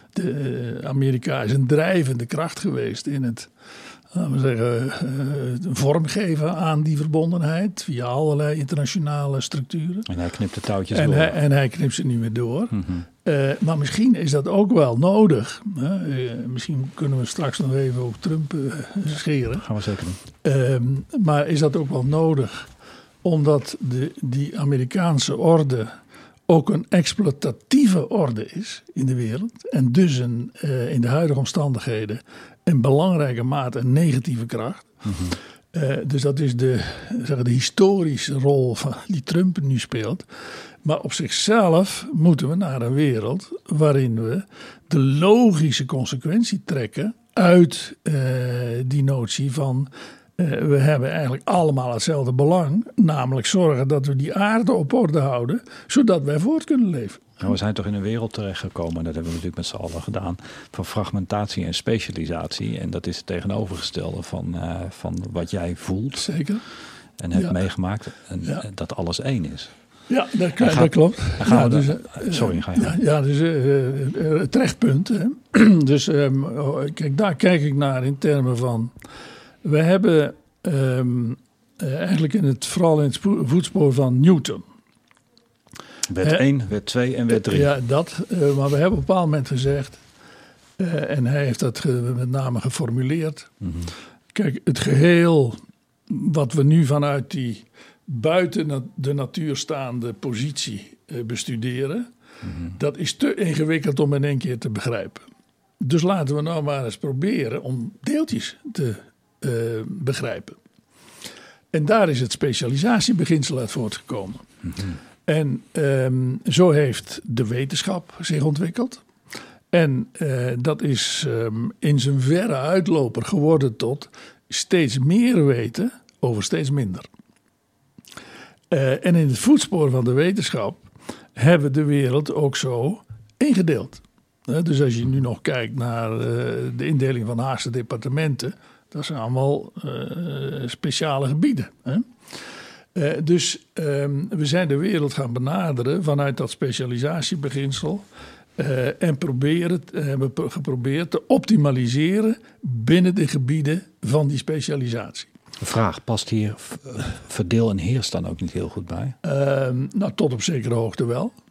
Amerika is een drijvende kracht geweest in het, laten we zeggen, vormgeven aan die verbondenheid via allerlei internationale structuren. En hij knipt de touwtjes door. En hij knipt ze niet meer door. Mm-hmm. Maar misschien is dat ook wel nodig. Misschien kunnen we straks nog even op Trump scheren. Gaan we zeker doen. Maar is dat ook wel nodig? Omdat die Amerikaanse orde ook een exploitatieve orde is in de wereld. En dus in de huidige omstandigheden in belangrijke mate een negatieve kracht. Mm-hmm. Dus dat is de historische rol die Trump nu speelt. Maar op zichzelf moeten we naar een wereld waarin we de logische consequentie trekken uit die notie van we hebben eigenlijk allemaal hetzelfde belang. Namelijk zorgen dat we die aarde op orde houden, zodat wij voort kunnen leven. Nou, we zijn toch in een wereld terechtgekomen, en dat hebben we natuurlijk met z'n allen gedaan, van fragmentatie en specialisatie. En dat is het tegenovergestelde van wat jij voelt. Zeker. En hebt meegemaakt. En dat alles één is. Ja, dat klopt. Sorry, ga je. Ja, dus terecht punt. Hè. Dus kijk, daar kijk ik naar in termen van. We hebben eigenlijk vooral in het voetspoor van Newton. Wet 1, wet 2 en wet 3. Ja, dat. Maar we hebben op een bepaald moment gezegd, en hij heeft dat met name geformuleerd. Mm-hmm. Kijk, het geheel wat we nu vanuit die buiten de natuur staande positie bestuderen, mm-hmm. dat is te ingewikkeld om in één keer te begrijpen. Dus laten we nou maar eens proberen om deeltjes te begrijpen. En daar is het specialisatiebeginsel uit voortgekomen. Mm-hmm. En zo heeft de wetenschap zich ontwikkeld. En dat is in zijn verre uitloper geworden tot steeds meer weten over steeds minder. En in het voetspoor van de wetenschap hebben we de wereld ook zo ingedeeld. Dus als je nu nog kijkt naar de indeling van Haagse departementen, dat zijn allemaal speciale gebieden. Hè? Dus we zijn de wereld gaan benaderen vanuit dat specialisatiebeginsel. En hebben geprobeerd te optimaliseren binnen de gebieden van die specialisatie. Vraag, past hier verdeel en heers dan ook niet heel goed bij? Nou, tot op zekere hoogte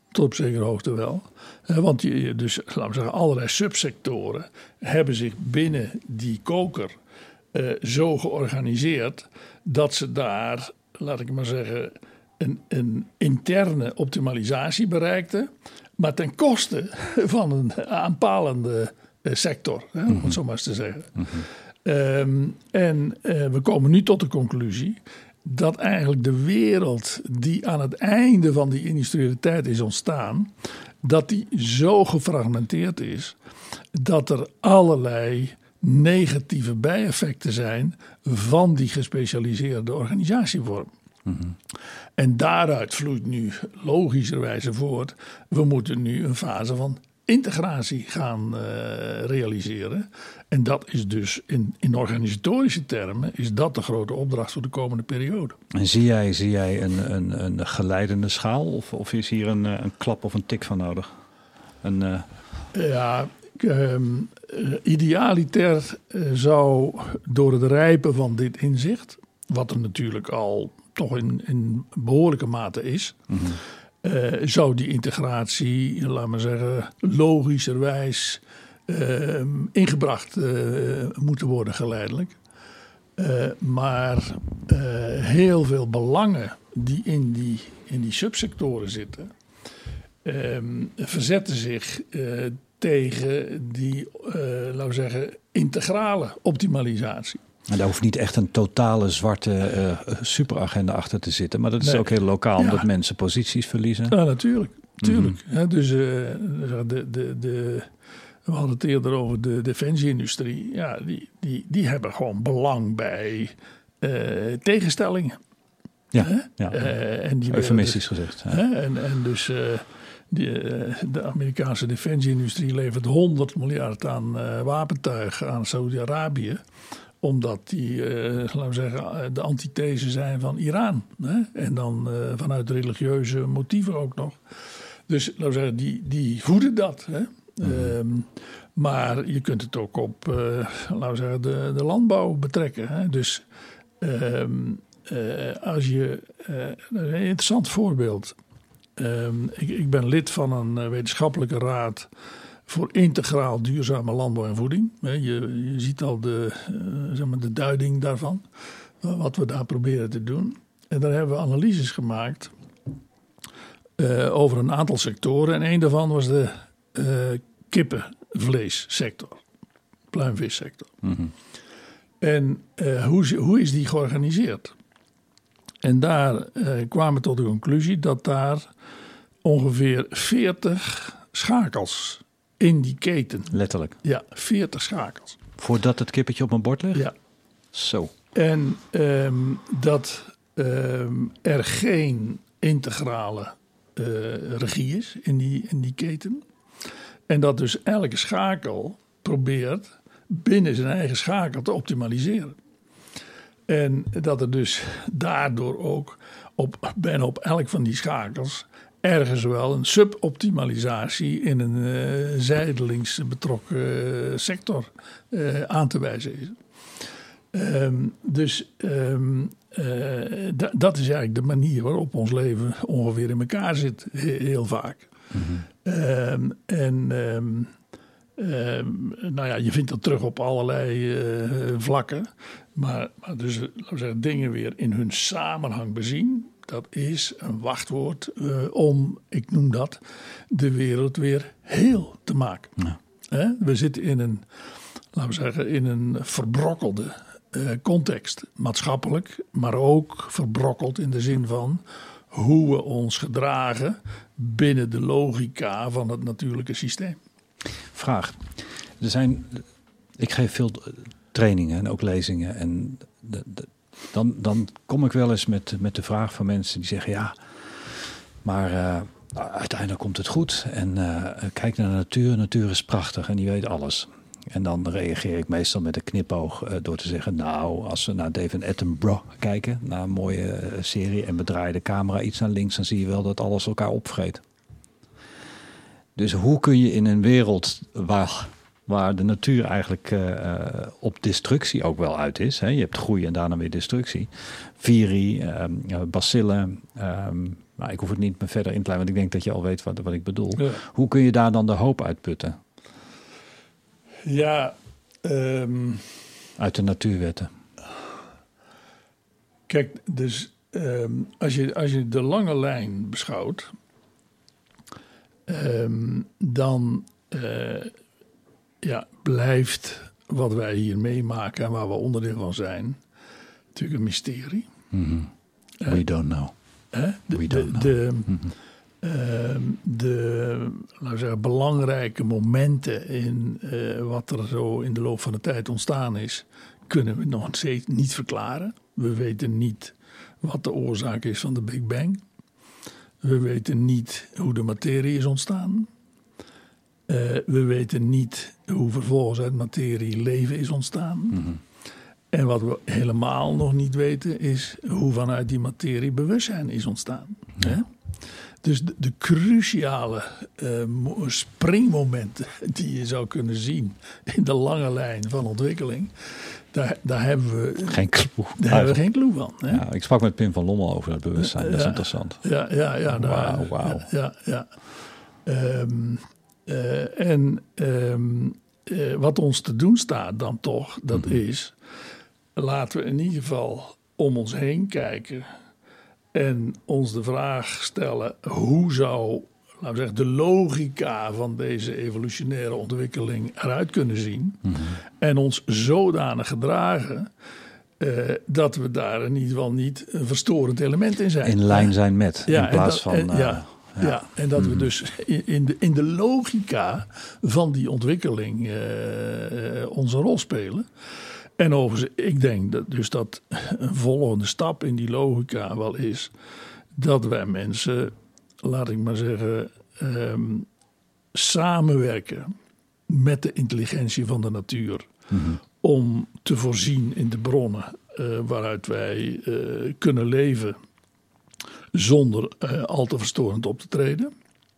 wel. Want dus, laten we zeggen, allerlei subsectoren hebben zich binnen die koker zo georganiseerd dat ze daar, laat ik maar zeggen, een interne optimalisatie bereikten, maar ten koste van een aanpalende sector, om het zo maar eens te zeggen. Mm-hmm. We komen nu tot de conclusie dat eigenlijk de wereld die aan het einde van die industrialiteit is ontstaan, dat die zo gefragmenteerd is dat er allerlei negatieve bijeffecten zijn van die gespecialiseerde organisatievorm. Mm-hmm. En daaruit vloeit nu logischerwijze voort, we moeten nu een fase van integratie gaan realiseren. En dat is dus in organisatorische termen is dat de grote opdracht voor de komende periode. En zie jij een geleidende schaal of is hier een klap of een tik van nodig? Idealiter zou door het rijpen van dit inzicht, wat er natuurlijk al toch in behoorlijke mate is, mm-hmm. Zou die integratie, laat maar zeggen, logischerwijs ingebracht moeten worden geleidelijk. Maar heel veel belangen die in die subsectoren zitten, verzetten zich tegen die, laten we zeggen, integrale optimalisatie. En daar hoeft niet echt een totale zwarte superagenda achter te zitten. Maar dat is ook heel lokaal, omdat mensen posities verliezen. Ja, natuurlijk. Dus we hadden het eerder over de defensie-industrie. Ja, die hebben gewoon belang bij tegenstellingen. Ja, en die eufemistisch gezegd. Ja. En dus de Amerikaanse defensie-industrie levert 100 miljard aan wapentuig aan Saudi-Arabië. Omdat die, laten we zeggen, de antithese zijn van Iran. En dan vanuit religieuze motieven ook nog. Dus laten we zeggen, die voeden dat. Maar je kunt het ook op, laten we zeggen, de landbouw betrekken. Dus als je, een interessant voorbeeld. Ik ben lid van een wetenschappelijke raad voor integraal duurzame landbouw en voeding. Je ziet al zeg maar de duiding daarvan. Wat we daar proberen te doen. En daar hebben we analyses gemaakt over een aantal sectoren. En een daarvan was de kippenvleessector. Pluimvissector. Mm-hmm. En hoe is die georganiseerd? En daar kwamen we tot de conclusie dat daar ongeveer 40 schakels in die keten. Letterlijk? Ja, 40 schakels. Voordat het kippetje op mijn bord ligt? Ja. Zo. En dat er geen integrale regie is in die keten. En dat dus elke schakel probeert binnen zijn eigen schakel te optimaliseren. En dat er dus daardoor ook bijna op elk van die schakels ergens wel een suboptimalisatie in een zijdelings betrokken sector aan te wijzen is. Dat is eigenlijk de manier waarop ons leven ongeveer in elkaar zit, heel vaak. Mm-hmm. Nou ja, je vindt dat terug op allerlei vlakken. Maar dus, laten we zeggen, dingen weer in hun samenhang bezien. Dat is een wachtwoord om, ik noem dat, de wereld weer heel te maken. Ja. We zitten in een, laten we zeggen, in een verbrokkelde context. Maatschappelijk, maar ook verbrokkeld in de zin van hoe we ons gedragen binnen de logica van het natuurlijke systeem. Vraag. Ik geef veel trainingen en ook lezingen. En dan kom ik wel eens met de vraag van mensen die zeggen: ja, maar uiteindelijk komt het goed. En kijk naar de natuur. De natuur is prachtig en die weet alles. En dan reageer ik meestal met een knipoog door te zeggen: nou, als we naar David Attenborough kijken, naar een mooie serie, en we draaien de camera iets naar links, dan zie je wel dat alles elkaar opvreet. Dus hoe kun je in een wereld waar de natuur eigenlijk op destructie ook wel uit is. Hè? Je hebt groei en daarna weer destructie. Viri, bacillen. Maar ik hoef het niet meer verder in te leiden, want ik denk dat je al weet wat ik bedoel. Ja. Hoe kun je daar dan de hoop uitputten? Ja. Uit de natuurwetten. Kijk, dus als je de lange lijn beschouwt, dan blijft wat wij hier meemaken en waar we onderdeel van zijn natuurlijk een mysterie. Mm-hmm. We don't know. We don't know. Laten we zeggen, belangrijke momenten in wat er zo in de loop van de tijd ontstaan is, kunnen we nog steeds niet verklaren. We weten niet wat de oorzaak is van de Big Bang. We weten niet hoe de materie is ontstaan. We weten niet hoe vervolgens uit materie leven is ontstaan. Mm-hmm. En wat we helemaal nog niet weten is hoe vanuit die materie bewustzijn is ontstaan. Ja. Hè? Dus de cruciale springmomenten die je zou kunnen zien in de lange lijn van ontwikkeling, daar hebben we geen clue. Daar hebben we geen clue van. Hè? Ja, ik sprak met Pim van Lommel over dat bewustzijn. Dat is interessant. Ja. Wauw. Ja. Wat ons te doen staat dan toch, dat is, laten we in ieder geval om ons heen kijken en ons de vraag stellen: hoe zou, laten we zeggen, de logica van deze evolutionaire ontwikkeling eruit kunnen zien. Mm-hmm. En ons zodanig gedragen dat we daar in ieder geval niet een verstorend element in zijn. In lijn zijn met, in plaats van... Ja, en dat we dus in de logica van die ontwikkeling onze rol spelen. En overigens, ik denk dat een volgende stap in die logica wel is dat wij mensen, laat ik maar zeggen, samenwerken met de intelligentie van de natuur. Mm-hmm. Om te voorzien in de bronnen waaruit wij kunnen leven zonder al te verstorend op te treden.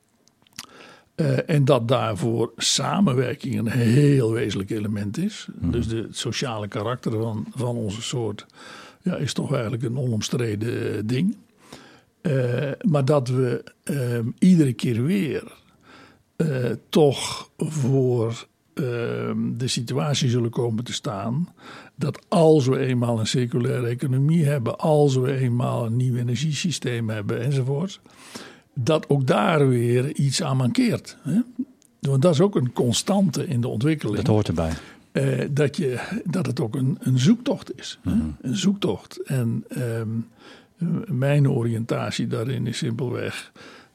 En dat daarvoor samenwerking een heel wezenlijk element is. Mm-hmm. Dus het sociale karakter van onze soort is toch eigenlijk een onomstreden ding. Maar dat we iedere keer weer toch voor de situatie zullen komen te staan dat als we eenmaal een circulaire economie hebben, als we eenmaal een nieuw energiesysteem hebben enzovoort, dat ook daar weer iets aan mankeert. Hè? Want dat is ook een constante in de ontwikkeling. Dat hoort erbij. Dat het ook een zoektocht is. Mm-hmm. Hè? Een zoektocht. En mijn oriëntatie daarin is simpelweg,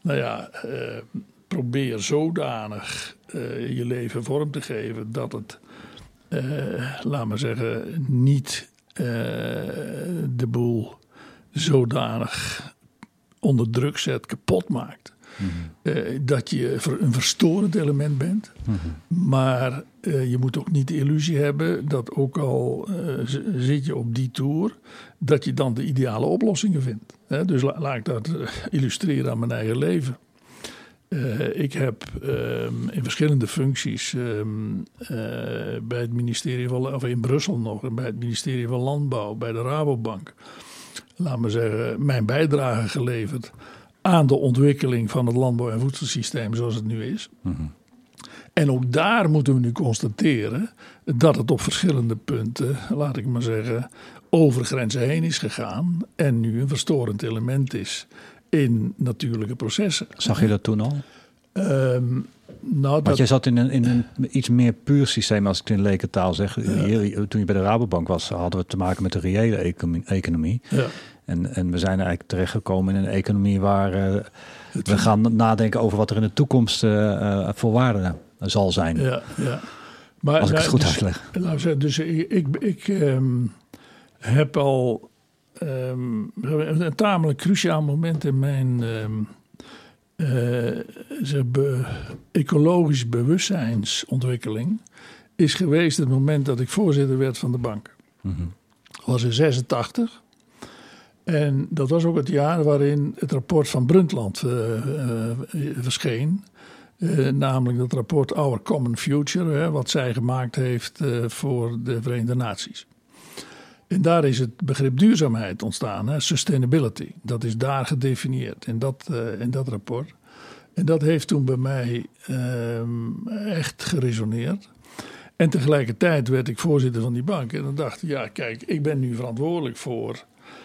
probeer zodanig je leven vorm te geven dat het, laat maar zeggen, niet de boel zodanig onder druk zet, kapot maakt. Mm-hmm. Dat je een verstorend element bent. Mm-hmm. Maar je moet ook niet de illusie hebben dat ook al zit je op die toer, dat je dan de ideale oplossingen vindt. Dus laat ik dat illustreren aan mijn eigen leven. Ik heb in verschillende functies bij het ministerie van, of in Brussel nog, bij het ministerie van Landbouw, bij de Rabobank, laat maar zeggen, mijn bijdrage geleverd aan de ontwikkeling van het landbouw- en voedselsysteem zoals het nu is. Mm-hmm. En ook daar moeten we nu constateren dat het op verschillende punten, laat ik maar zeggen, over grenzen heen is gegaan en nu een verstorend element is in natuurlijke processen. Zag je dat toen al? Want jij zat in een iets meer puur systeem, als ik het in lekentaal zeg. Hier, toen je bij de Rabobank was, hadden we te maken met de reële economie. Ja. En we zijn eigenlijk terechtgekomen in een economie waar we gaan nadenken over wat er in de toekomst voor waarde zal zijn. Ja. Maar, als ik het goed uitleg. Dus ik heb al een tamelijk cruciaal moment in mijn ecologisch bewustzijnsontwikkeling is geweest het moment dat ik voorzitter werd van de bank. Mm-hmm. Dat was in 1986. En dat was ook het jaar waarin het rapport van Brundtland verscheen. Namelijk dat rapport Our Common Future, wat zij gemaakt heeft voor de Verenigde Naties. En daar is het begrip duurzaamheid ontstaan, sustainability. Dat is daar gedefinieerd in dat rapport. En dat heeft toen bij mij echt geresoneerd. En tegelijkertijd werd ik voorzitter van die bank. En dan dacht ik, kijk, ik ben nu verantwoordelijk voor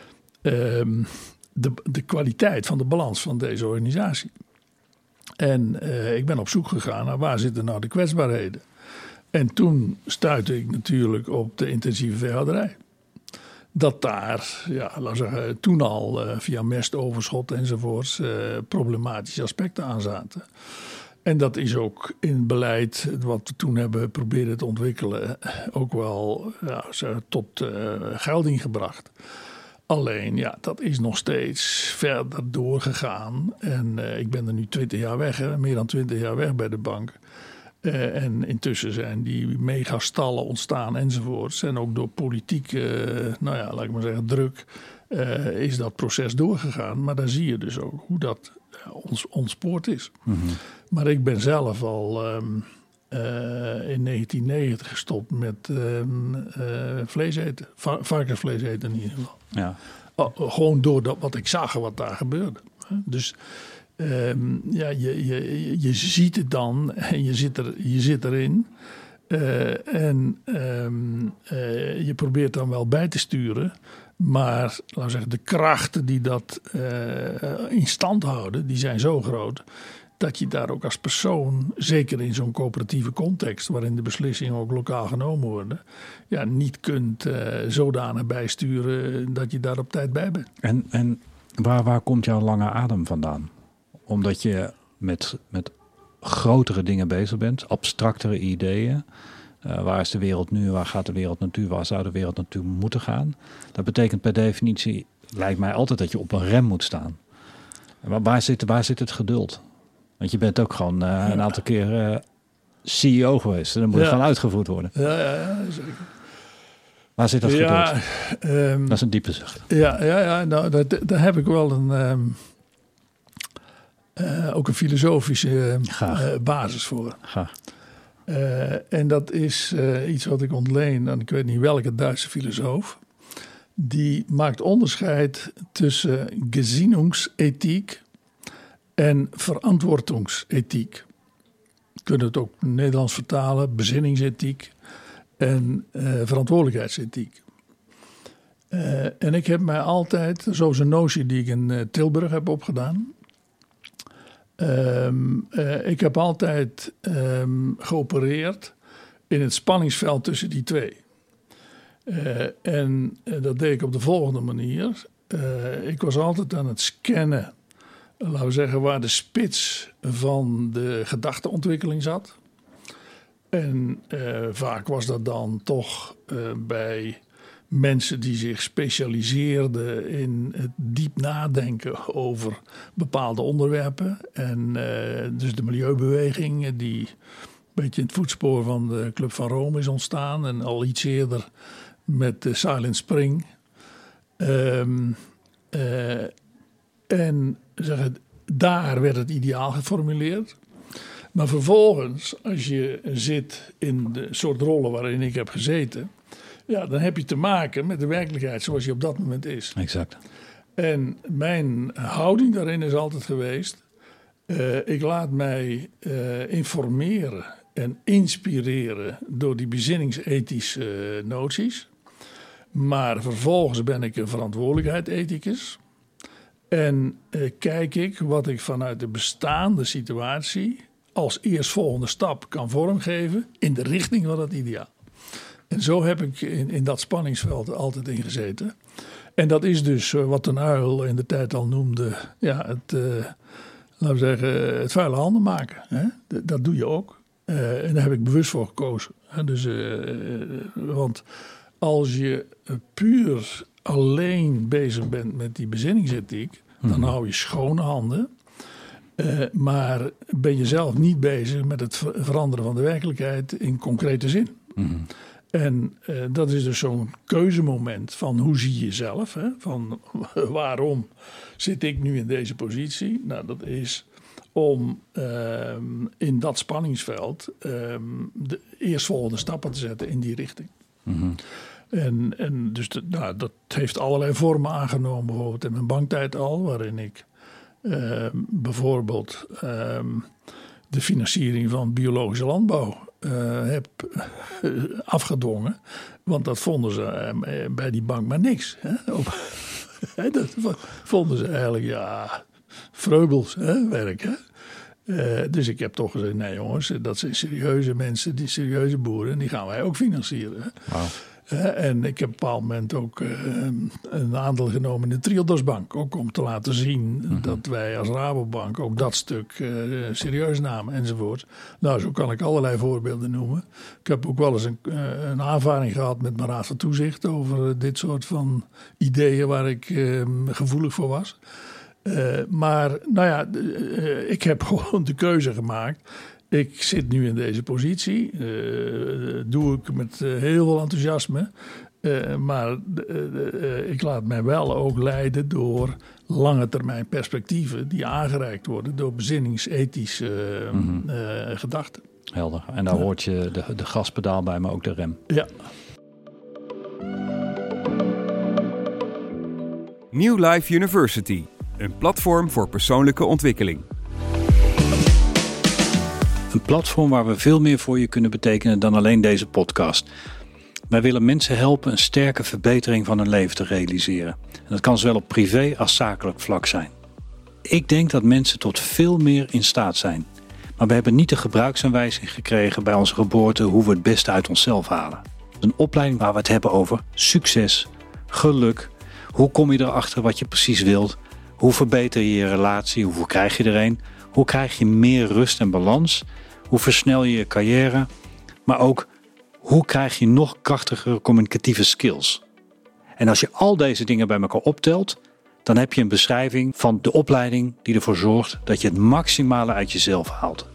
de kwaliteit van de balans van deze organisatie. En ik ben op zoek gegaan naar waar zitten nou de kwetsbaarheden. En toen stuitte ik natuurlijk op de intensieve veehouderij. Dat daar, laten we zeggen, toen al via mestoverschot enzovoorts problematische aspecten aan zaten. En dat is ook in het beleid wat we toen hebben proberen te ontwikkelen ook wel tot gelding gebracht. Alleen, dat is nog steeds verder doorgegaan. En ik ben er nu 20 jaar weg, meer dan 20 jaar weg bij de bank. En intussen zijn die megastallen ontstaan enzovoorts. En ook door politieke, laat ik maar zeggen, druk is dat proces doorgegaan. Maar daar zie je dus ook hoe dat ontspoord is. Mm-hmm. Maar ik ben zelf al in 1990 gestopt met vlees eten. Varkensvlees eten in ieder geval. Ja. Gewoon door wat ik zag wat daar gebeurde. Dus je ziet het dan en je zit erin. En je probeert dan wel bij te sturen. Maar laten we zeggen, de krachten die dat in stand houden, die zijn zo groot. dat je daar ook als persoon, zeker in zo'n coöperatieve context, waarin de beslissingen ook lokaal genomen worden, niet kunt zodanig bijsturen dat je daar op tijd bij bent. En waar komt jouw lange adem vandaan? Omdat je met grotere dingen bezig bent, abstractere ideeën. Waar is de wereld nu? Waar gaat de wereld naartoe? Waar zou de wereld naartoe moeten gaan? Dat betekent per definitie, lijkt mij altijd, dat je op een rem moet staan. Waar zit het geduld? Want je bent ook gewoon een aantal keer CEO geweest. En dan moet het gewoon uitgevoerd worden. Ja, zeker. Waar zit dat geduld? Dat is een diepe zucht. Nou, daar heb ik wel ook een filosofische basis voor. Graag. En dat is iets wat ik ontleen aan, ik weet niet welke Duitse filosoof. Die maakt onderscheid tussen Gesinnungsethiek en verantwoordingsethiek. We kunnen het ook Nederlands vertalen, bezinningsethiek en verantwoordelijkheidsethiek. En ik heb mij altijd, zoals een notie die ik in Tilburg heb opgedaan. Ik heb altijd geopereerd in het spanningsveld tussen die twee. En dat deed ik op de volgende manier. Ik was altijd aan het scannen, laten we zeggen, waar de spits van de gedachteontwikkeling zat. En vaak was dat dan toch bij mensen die zich specialiseerden in het diep nadenken over bepaalde onderwerpen. En dus de milieubeweging die een beetje in het voetspoor van de Club van Rome is ontstaan. En al iets eerder met de Silent Spring. En daar werd het ideaal geformuleerd. Maar vervolgens, als je zit in de soort rollen waarin ik heb gezeten, dan heb je te maken met de werkelijkheid zoals die op dat moment is. Exact. En mijn houding daarin is altijd geweest, ik laat mij informeren en inspireren door die bezinningsethische noties. Maar vervolgens ben ik een verantwoordelijkheidsethicus. En kijk ik wat ik vanuit de bestaande situatie als eerstvolgende stap kan vormgeven in de richting van dat ideaal. En zo heb ik in dat spanningsveld altijd in gezeten. En dat is dus wat een uil in de tijd al noemde, laten we zeggen, het vuile handen maken. Hè? Dat doe je ook. En daar heb ik bewust voor gekozen. Dus, want als je puur alleen bezig bent met die bezinningsethiek, dan hou je schone handen. Maar ben je zelf niet bezig met het veranderen van de werkelijkheid in concrete zin. Mm-hmm. En dat is dus zo'n keuzemoment van hoe zie je jezelf? Hè? Van waarom zit ik nu in deze positie? Nou, dat is om in dat spanningsveld de eerstvolgende stappen te zetten in die richting. Mm-hmm. En dus dat heeft allerlei vormen aangenomen, bijvoorbeeld in mijn banktijd al, waarin ik bijvoorbeeld de financiering van biologische landbouw heb afgedwongen. Want dat vonden ze bij die bank maar niks. Hè? Dat vonden ze eigenlijk, vreubels werk. Hè? Dus ik heb toch gezegd, nee jongens, dat zijn serieuze mensen, die serieuze boeren, en die gaan wij ook financieren. Hè? Wow. En ik heb op een bepaald moment ook een aandeel genomen in de Triodos Bank. Ook om te laten zien dat wij als Rabobank ook dat stuk serieus namen enzovoort. Nou, zo kan ik allerlei voorbeelden noemen. Ik heb ook wel eens een aanvaring gehad met mijn raad van toezicht over dit soort van ideeën waar ik gevoelig voor was. Maar ik heb gewoon de keuze gemaakt. Ik zit nu in deze positie, doe ik met heel veel enthousiasme. Maar ik laat mij wel ook leiden door lange termijn perspectieven die aangereikt worden door bezinningsethische gedachten. Helder. En daar hoort je de gaspedaal bij, maar ook de rem. Ja. New Life University, een platform voor persoonlijke ontwikkeling. Een platform waar we veel meer voor je kunnen betekenen dan alleen deze podcast. Wij willen mensen helpen een sterke verbetering van hun leven te realiseren. En dat kan zowel op privé als zakelijk vlak zijn. Ik denk dat mensen tot veel meer in staat zijn. Maar we hebben niet de gebruiksaanwijzing gekregen bij onze geboorte hoe we het beste uit onszelf halen. Een opleiding waar we het hebben over succes, geluk. Hoe kom je erachter wat je precies wilt? Hoe verbeter je je relatie? Hoeveel krijg je er een? Hoe krijg je meer rust en balans? Hoe versnel je je carrière? Maar ook, hoe krijg je nog krachtigere communicatieve skills? En als je al deze dingen bij elkaar optelt, dan heb je een beschrijving van de opleiding die ervoor zorgt dat je het maximale uit jezelf haalt.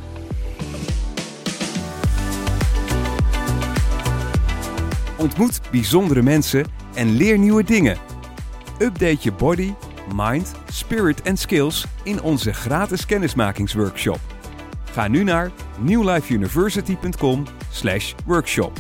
Ontmoet bijzondere mensen en leer nieuwe dingen. Update je body, mind, spirit en skills in onze gratis kennismakingsworkshop. Ga nu naar newlifeuniversity.com/workshop.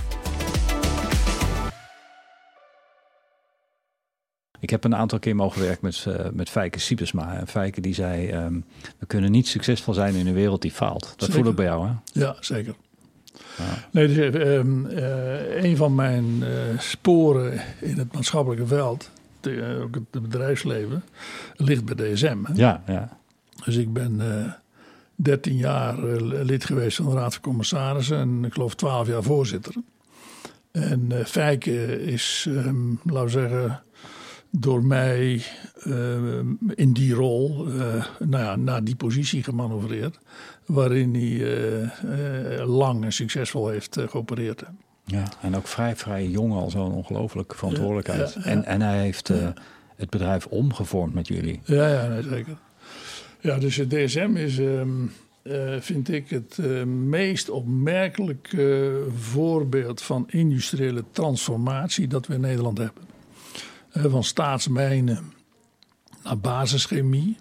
Ik heb een aantal keer mogen werken met Feike Siebesma. En Feike die zei, we kunnen niet succesvol zijn in een wereld die faalt. Dat voel ik bij jou, hè? Ja, zeker. Ja. Nee, dus, een van mijn sporen in het maatschappelijke veld, ook het bedrijfsleven, ligt bij DSM. Hè? Ja, ja. Dus ik ben 13 jaar lid geweest van de Raad van Commissarissen en ik geloof 12 jaar voorzitter. En Feike is, laten we zeggen, door mij in die rol naar die positie gemanoeuvreerd, waarin hij lang en succesvol heeft geopereerd. Ja, en ook vrij jong al zo'n ongelooflijke verantwoordelijkheid. Ja. En hij heeft het bedrijf omgevormd met jullie. Ja, nee, zeker. Ja, dus het DSM is, vind ik, het meest opmerkelijke voorbeeld van industriële transformatie dat we in Nederland hebben. Van staatsmijnen naar basischemie.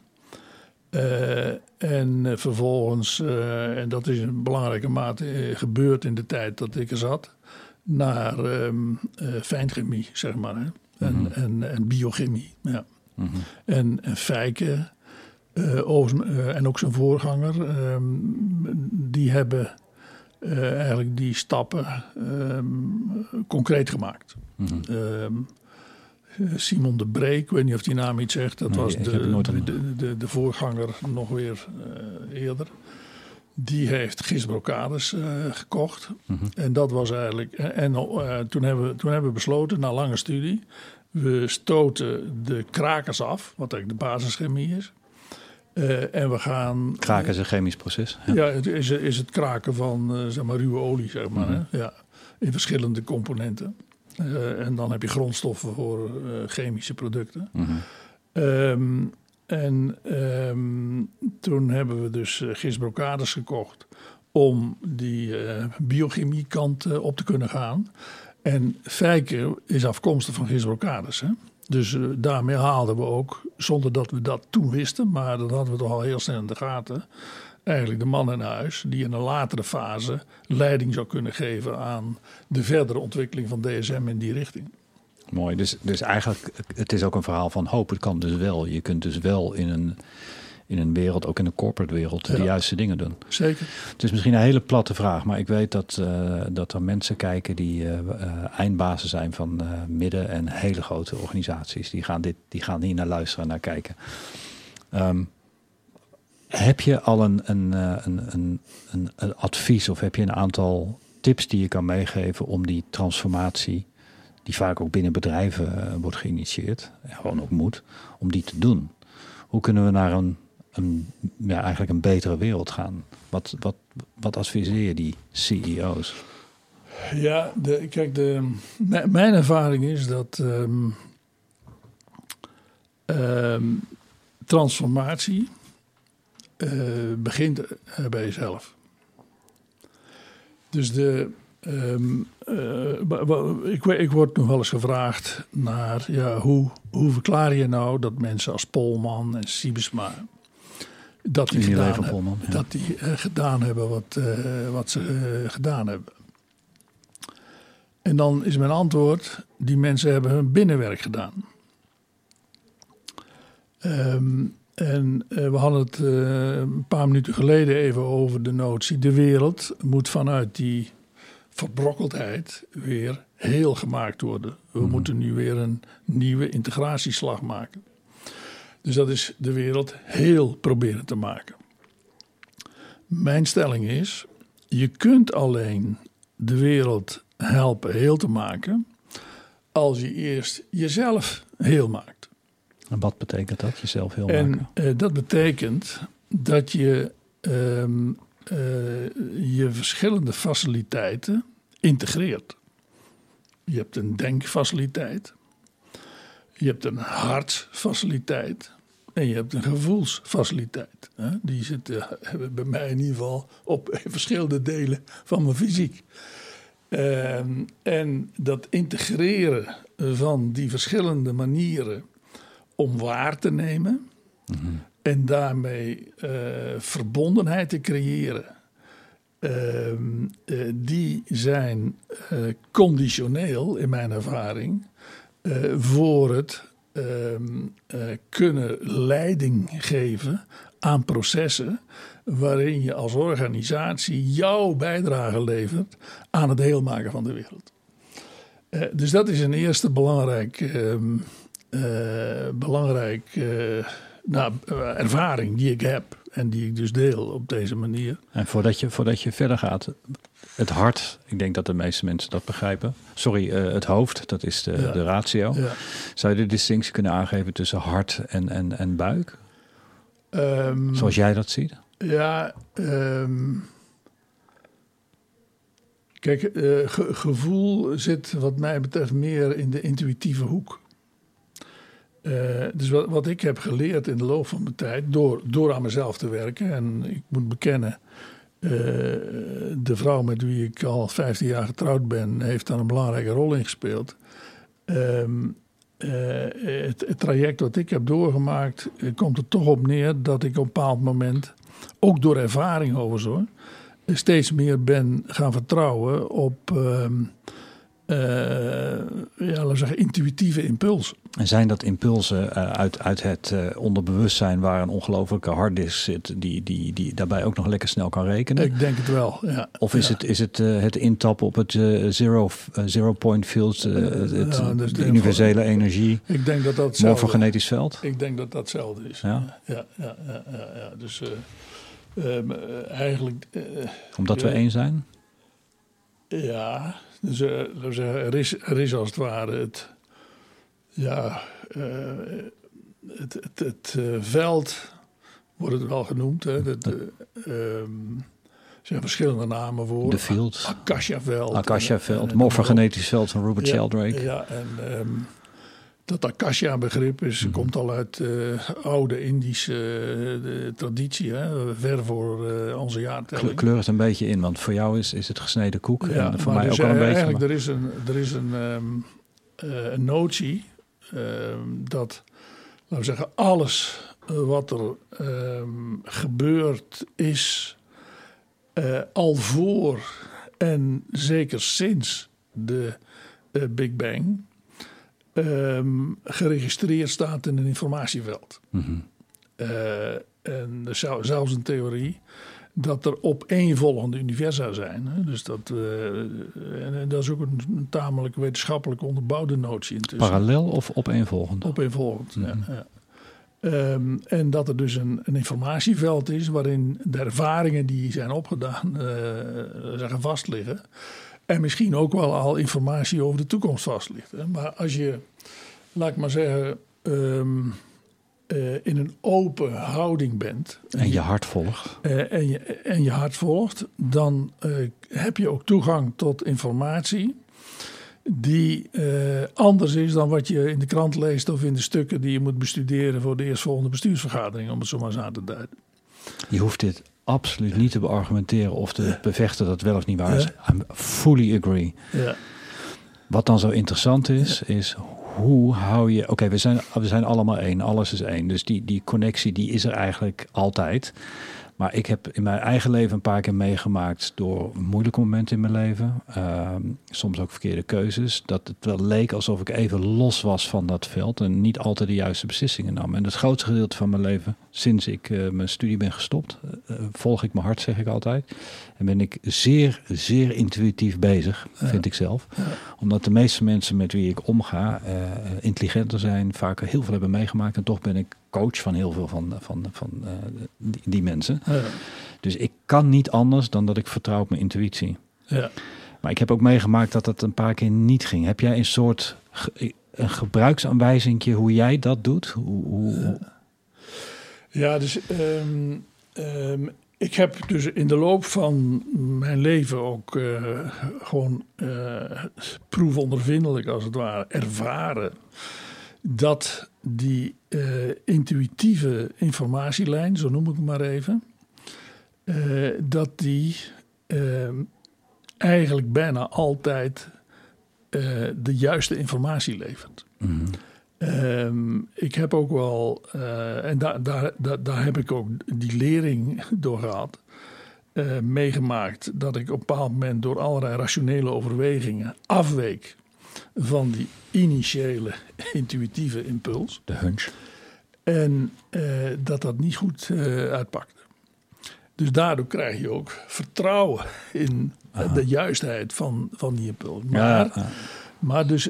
En vervolgens, en dat is in belangrijke mate gebeurd in de tijd dat ik er zat, naar fijnchemie, zeg maar. Hè? En biochemie. Ja. Mm-hmm. En Feike en ook zijn voorganger, die hebben eigenlijk die stappen concreet gemaakt. Mm-hmm. Simon de Bree, ik weet niet of die naam iets zegt. Dat was de voorganger nog weer eerder. Die heeft Gis Brocades gekocht. Mm-hmm. En dat was eigenlijk... Toen hebben we besloten, na lange studie, we stoten de krakers af, wat eigenlijk de basischemie is. En we gaan... Kraken is een chemisch proces. Ja, het is het kraken van zeg maar, ruwe olie, zeg maar. Mm-hmm. Hè? Ja, in verschillende componenten. En dan heb je grondstoffen voor chemische producten. Mm-hmm. Toen hebben we dus Gis Brocades gekocht om die biochemie kant op te kunnen gaan. En Feike is afkomstig van Gis Brocades. Hè? Dus daarmee haalden we ook, zonder dat we dat toen wisten, maar dat hadden we toch al heel snel in de gaten, eigenlijk de man in huis die in een latere fase leiding zou kunnen geven aan de verdere ontwikkeling van DSM in die richting. Mooi, dus eigenlijk, het is ook een verhaal van hoop. Het kan dus wel. Je kunt dus wel in een wereld, ook in de corporate wereld, de juiste dingen doen. Zeker. Het is misschien een hele platte vraag, maar ik weet dat er mensen kijken die eindbazen zijn van midden- en hele grote organisaties. Die gaan hier naar luisteren en naar kijken. Heb je al een advies of heb je een aantal tips die je kan meegeven om die transformatie, die vaak ook binnen bedrijven wordt geïnitieerd, en gewoon ook moet, om die te doen? Hoe kunnen we naar eigenlijk een betere wereld gaan? Wat adviseer je die CEO's? Ja, mijn ervaring is dat transformatie begint bij jezelf. Dus ik word nog wel eens gevraagd naar hoe verklaar je nou dat mensen als Polman en Siebesma dat die gedaan hebben wat ze gedaan hebben. En dan is mijn antwoord, die mensen hebben hun binnenwerk gedaan. We hadden het een paar minuten geleden even over de notie, de wereld moet vanuit die verbrokkeldheid weer heel gemaakt worden. We moeten nu weer een nieuwe integratieslag maken. Dus dat is de wereld heel proberen te maken. Mijn stelling is, je kunt alleen de wereld helpen heel te maken als je eerst jezelf heel maakt. En wat betekent dat, jezelf heel maken? En dat betekent dat je je verschillende faciliteiten integreert. Je hebt een denkfaciliteit, je hebt een hartfaciliteit en je hebt een gevoelsfaciliteit. Die hebben bij mij in ieder geval op verschillende delen van mijn fysiek. En dat integreren van die verschillende manieren om waar te nemen en daarmee verbondenheid te creëren, die zijn conditioneel in mijn ervaring voor het kunnen leiding geven aan processen waarin je als organisatie jouw bijdrage levert aan het heelmaken van de wereld. Dus dat is een eerste belangrijk ervaring die ik heb en die ik dus deel op deze manier. En voordat je verder gaat, het hart, ik denk dat de meeste mensen dat begrijpen. Sorry, het hoofd, dat is de ratio. Ja. Zou je de distinctie kunnen aangeven tussen hart en buik? Zoals jij dat ziet? Ja, kijk, gevoel zit wat mij betreft meer in de intuïtieve hoek. Dus wat ik heb geleerd in de loop van mijn tijd, door aan mezelf te werken, en ik moet bekennen, de vrouw met wie ik al 15 jaar getrouwd ben, heeft daar een belangrijke rol in gespeeld. Het traject wat ik heb doorgemaakt, komt er toch op neer dat ik op een bepaald moment, ook door ervaring overigens hoor, steeds meer ben gaan vertrouwen op laten we zeggen, intuïtieve impulsen. En zijn dat impulsen uit het onderbewustzijn waar een ongelofelijke harddisk zit, die daarbij ook nog lekker snel kan rekenen? Ik denk het wel, ja. Of is het intappen op het zero point field, de universele energie, ik denk dat dat morfogenetisch veld? Ik denk dat dat hetzelfde is. Ja? Ja. Dus eigenlijk... Omdat we één zijn? Ja, dus laten we zeggen, er is als het ware het veld, wordt het wel genoemd. Hè, er zijn verschillende namen voor. De field. Akasha-veld. Akasha-veld, morfogenetisch veld van Robert Sheldrake. Ja, en dat Akasha-begrip komt al uit oude Indische traditie, hè, ver voor onze jaartelling. Kleur het een beetje in, want voor jou is het gesneden koek. Ja, en voor mij dus ook al een beetje. Eigenlijk, er is een notie dat, laten we zeggen, alles wat er gebeurd is al voor en zeker sinds de Big Bang geregistreerd staat in een informatieveld. Mm-hmm. En er zou zelfs een theorie dat er opeenvolgende universa zijn. Hè? Dus en dat is ook een tamelijk wetenschappelijk onderbouwde notie intussen. Parallel of opeenvolgend? Opeenvolgend, mm-hmm. Ja. En dat er dus een informatieveld is waarin de ervaringen die zijn opgedaan zeggen vastliggen. En misschien ook wel al informatie over de toekomst vast ligt. Hè. Maar als je, laat ik maar zeggen, in een open houding bent. En je hart volgt. En je hart volgt, dan heb je ook toegang tot informatie die anders is dan wat je in de krant leest of in de stukken die je moet bestuderen voor de eerstvolgende bestuursvergadering, om het zo maar eens aan te duiden. Je hoeft dit absoluut niet te beargumenteren of te bevechten dat wel of niet waar is. I fully agree. Ja. Wat dan zo interessant is hoe hou je... Oké, we zijn allemaal één, alles is één. Dus die connectie die is er eigenlijk altijd. Maar ik heb in mijn eigen leven een paar keer meegemaakt door moeilijke momenten in mijn leven. Soms ook verkeerde keuzes. Dat het wel leek alsof ik even los was van dat veld en niet altijd de juiste beslissingen nam. En het grootste gedeelte van mijn leven, sinds ik mijn studie ben gestopt, volg ik mijn hart, zeg ik altijd. En ben ik zeer, zeer intuïtief bezig, vind ik zelf. Ja. Omdat de meeste mensen met wie ik omga intelligenter zijn, vaak heel veel hebben meegemaakt. En toch ben ik coach van heel veel van die mensen. Ja. Dus ik kan niet anders dan dat ik vertrouw op mijn intuïtie. Ja. Maar ik heb ook meegemaakt dat het een paar keer niet ging. Heb jij een soort een gebruiksaanwijzingje hoe jij dat doet? Ja, dus ik heb dus in de loop van mijn leven ook gewoon proefondervindelijk als het ware ervaren dat die intuïtieve informatielijn, zo noem ik het maar even, dat die eigenlijk bijna altijd de juiste informatie levert. Mm-hmm. Ik heb ook wel, en daar heb ik ook die lering door gehad, meegemaakt dat ik op een bepaald moment door allerlei rationele overwegingen afweek van die initiële intuïtieve impuls. De hunch. En dat niet goed uitpakte. Dus daardoor krijg je ook vertrouwen in de juistheid van die impuls. Maar dus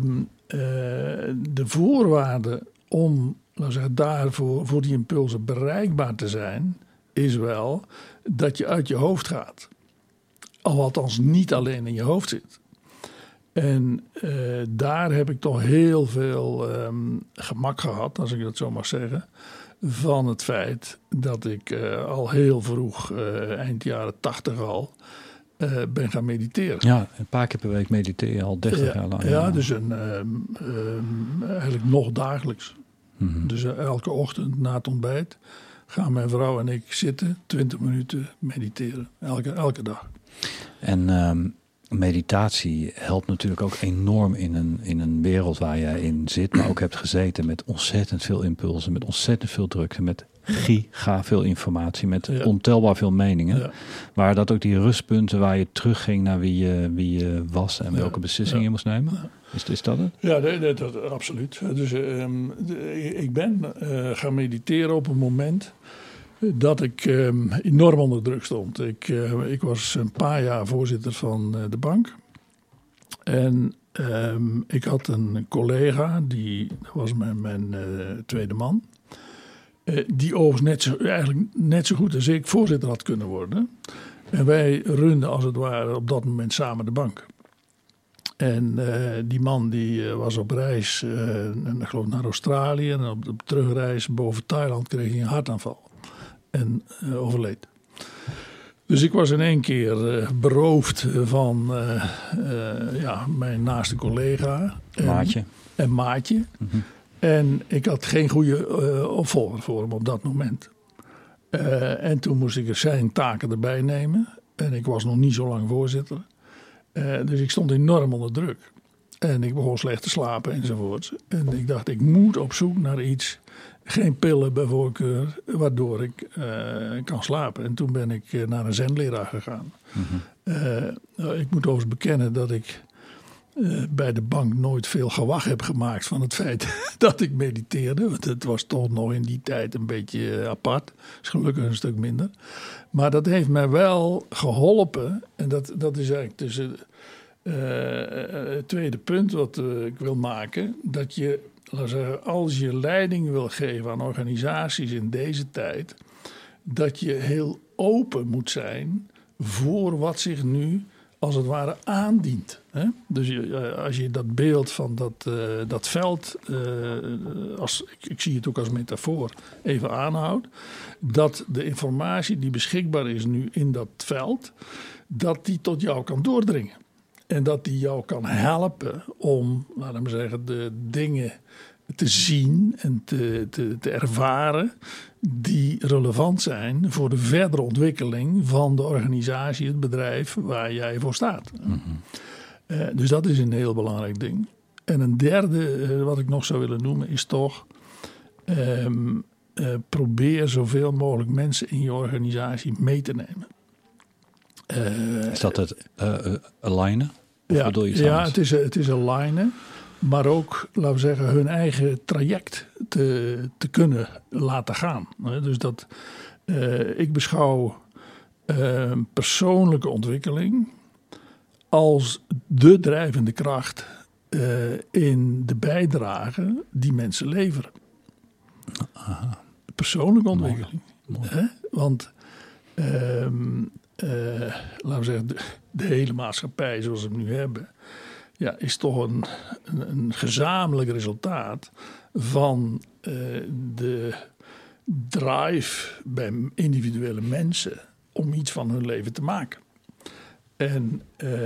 de voorwaarde om daarvoor voor die impulsen bereikbaar te zijn, is wel dat je uit je hoofd gaat. Althans niet alleen in je hoofd zit. En daar heb ik toch heel veel gemak gehad, als ik dat zo mag zeggen, van het feit dat ik al heel vroeg, eind jaren 80 al, ben gaan mediteren. Ja, een paar keer per week mediteer je al 30 jaar lang. Ja, dus eigenlijk nog dagelijks. Mm-hmm. Dus elke ochtend na het ontbijt gaan mijn vrouw en ik zitten 20 minuten mediteren. Elke dag. En meditatie helpt natuurlijk ook enorm in een wereld waar jij in zit, maar ook hebt gezeten met ontzettend veel impulsen, met ontzettend veel drukte, met giga veel informatie, met ontelbaar veel meningen. Ja. Waren dat ook die rustpunten waar je terugging naar wie je was en welke beslissingen je moest nemen? Ja. Is dat het? Ja, dat absoluut. Dus ik ben gaan mediteren op een moment dat ik enorm onder druk stond. Ik was een paar jaar voorzitter van de bank. En ik had een collega, dat was mijn tweede man, die overigens eigenlijk net zo goed als ik voorzitter had kunnen worden. En wij runden als het ware op dat moment samen de bank. En die man die was op reis, ik geloof naar Australië. En op de terugreis boven Thailand kreeg hij een hartaanval. En overleed. Dus ik was in één keer beroofd van mijn naaste collega. En maatje. Mm-hmm. En ik had geen goede opvolger voor hem op dat moment. En toen moest ik zijn taken erbij nemen. En ik was nog niet zo lang voorzitter. Dus ik stond enorm onder druk. En ik begon slecht te slapen enzovoort. En ik dacht, ik moet op zoek naar iets. Geen pillen bij voorkeur, waardoor ik kan slapen. En toen ben ik naar een zenleraar gegaan. Mm-hmm. Ik moet overigens bekennen dat ik bij de bank nooit veel gewag heb gemaakt van het feit dat ik mediteerde. Want het was toch nog in die tijd een beetje apart. Is gelukkig een stuk minder. Maar dat heeft mij wel geholpen. En dat is eigenlijk dus het tweede punt wat ik wil maken. Dat je, als je leiding wil geven aan organisaties in deze tijd, dat je heel open moet zijn voor wat zich nu als het ware aandient. Hè? Dus als je dat beeld van dat veld, ik zie het ook als metafoor, even aanhoudt, dat de informatie die beschikbaar is nu in dat veld, dat die tot jou kan doordringen. En dat die jou kan helpen om, laten we zeggen, de dingen te zien en te ervaren die relevant zijn voor de verdere ontwikkeling van de organisatie, het bedrijf waar jij voor staat. Mm-hmm. Dus dat is een heel belangrijk ding. En een derde wat ik nog zou willen noemen is toch probeer zoveel mogelijk mensen in je organisatie mee te nemen. Is dat het alignen? Het is alignen. Maar ook, laten we zeggen, hun eigen traject te kunnen laten gaan. Dus dat ik beschouw persoonlijke ontwikkeling als de drijvende kracht in de bijdrage die mensen leveren. Aha. Persoonlijke ontwikkeling. Mooi. Want laten we zeggen, de hele maatschappij zoals we hem nu hebben, is toch een gezamenlijk resultaat van de drive bij individuele mensen om iets van hun leven te maken. En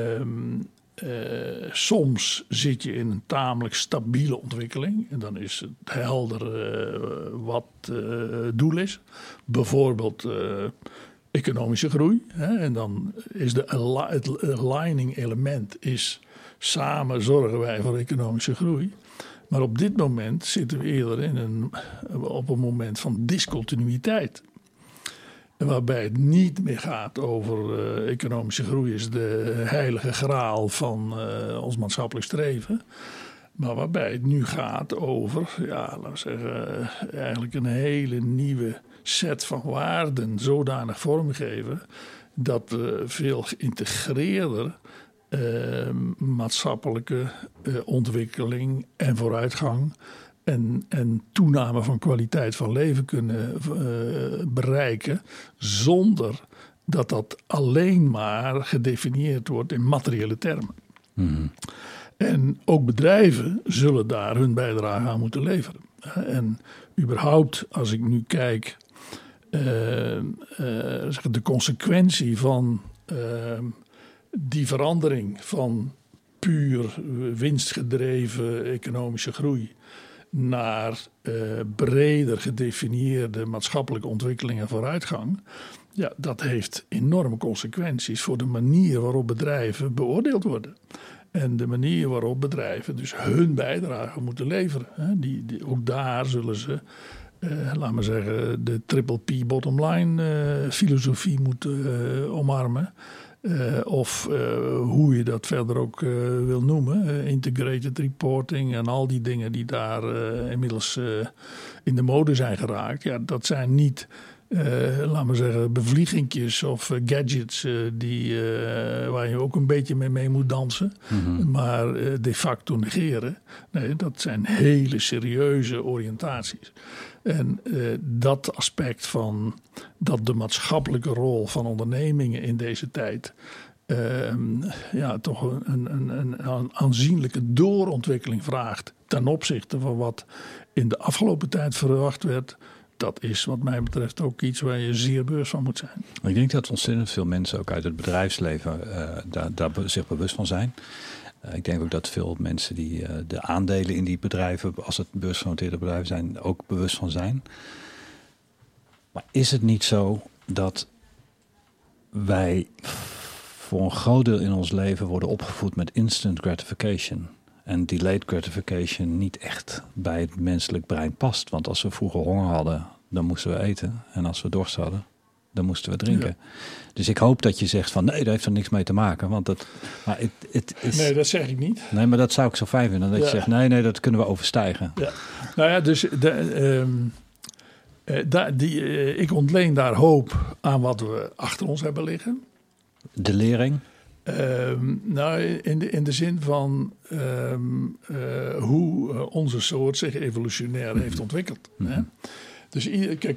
soms zit je in een tamelijk stabiele ontwikkeling. En dan is het helder wat het doel is. Bijvoorbeeld economische groei. Hè? En dan is het aligning element is samen zorgen wij voor economische groei. Maar op dit moment zitten we eerder op een moment van discontinuïteit. Waarbij het niet meer gaat over economische groei is de heilige graal van ons maatschappelijk streven. Maar waarbij het nu gaat over, laten we zeggen, eigenlijk een hele nieuwe set van waarden zodanig vormgeven dat we veel geïntegreerder maatschappelijke ontwikkeling en vooruitgang en toename van kwaliteit van leven kunnen bereiken zonder dat alleen maar gedefinieerd wordt in materiële termen. Mm-hmm. En ook bedrijven zullen daar hun bijdrage aan moeten leveren. En überhaupt, als ik nu kijk, de consequentie van die verandering van puur winstgedreven economische groei naar breder gedefinieerde maatschappelijke ontwikkeling en vooruitgang. Ja, dat heeft enorme consequenties voor de manier waarop bedrijven beoordeeld worden. En de manier waarop bedrijven dus hun bijdrage moeten leveren. Ook daar zullen ze, laten we zeggen, de triple P bottom line filosofie moeten omarmen. Of hoe je dat verder ook wil noemen. Integrated reporting en al die dingen die daar inmiddels in de mode zijn geraakt. Ja, dat zijn niet, laten we zeggen, bevliegingjes of gadgets waar je ook een beetje mee moet dansen. Mm-hmm. Maar de facto negeren. Nee, dat zijn hele serieuze oriëntaties. En dat aspect van dat de maatschappelijke rol van ondernemingen in deze tijd toch een aanzienlijke doorontwikkeling vraagt ten opzichte van wat in de afgelopen tijd verwacht werd. Dat is wat mij betreft ook iets waar je zeer bewust van moet zijn. Ik denk dat ontzettend veel mensen ook uit het bedrijfsleven daar zich bewust van zijn. Ik denk ook dat veel mensen die de aandelen in die bedrijven, als het beursgenoteerde bedrijven zijn, ook bewust van zijn. Maar is het niet zo dat wij voor een groot deel in ons leven worden opgevoed met instant gratification? En delayed gratification niet echt bij het menselijk brein past. Want als we vroeger honger hadden, dan moesten we eten. En als we dorst hadden, dan moesten we drinken. Ja. Dus ik hoop dat je zegt van nee, daar heeft er niks mee te maken. Want het is... Nee, dat zeg ik niet. Nee, maar dat zou ik zo fijn vinden. Dat je zegt nee, dat kunnen we overstijgen. Ja. Nou ja, dus ik ontleen daar hoop aan wat we achter ons hebben liggen. De lering? In de zin van hoe onze soort zich evolutionair heeft ontwikkeld. Mm-hmm. Hè? Dus kijk,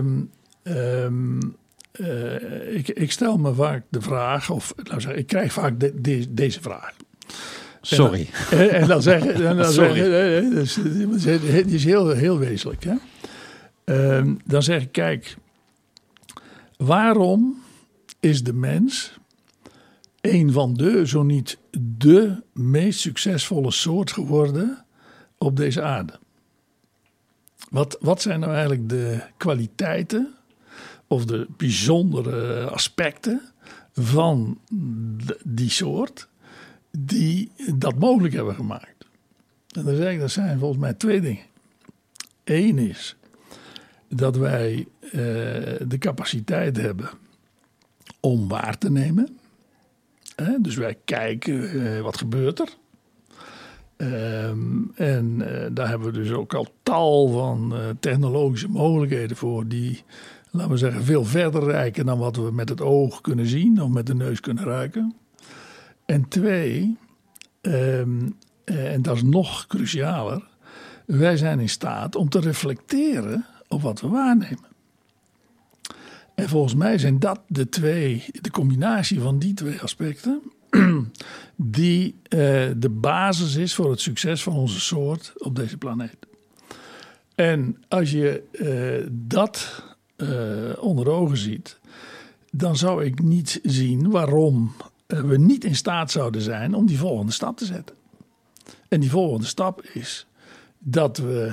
ik stel me vaak de vraag, of laten we zeggen, ik krijg vaak deze vraag. Sorry. En dan zeggen, dus, het is heel wezenlijk. Hè? Dan zeg ik, kijk, waarom is de mens een van de, zo niet de meest succesvolle soort geworden op deze aarde? Wat zijn nou eigenlijk de kwaliteiten of de bijzondere aspecten van die soort die dat mogelijk hebben gemaakt? En dan zeg ik, dat zijn volgens mij twee dingen. Eén is dat wij de capaciteit hebben om waar te nemen. Dus wij kijken wat gebeurt er. Daar hebben we dus ook al tal van technologische mogelijkheden voor die, laten we zeggen, veel verder reiken dan wat we met het oog kunnen zien of met de neus kunnen ruiken. En twee, en dat is nog crucialer, wij zijn in staat om te reflecteren op wat we waarnemen. En volgens mij zijn dat de combinatie van die twee aspecten die de basis is voor het succes van onze soort op deze planeet. En als je dat onder ogen ziet, dan zou ik niet zien waarom we niet in staat zouden zijn om die volgende stap te zetten. En die volgende stap is dat we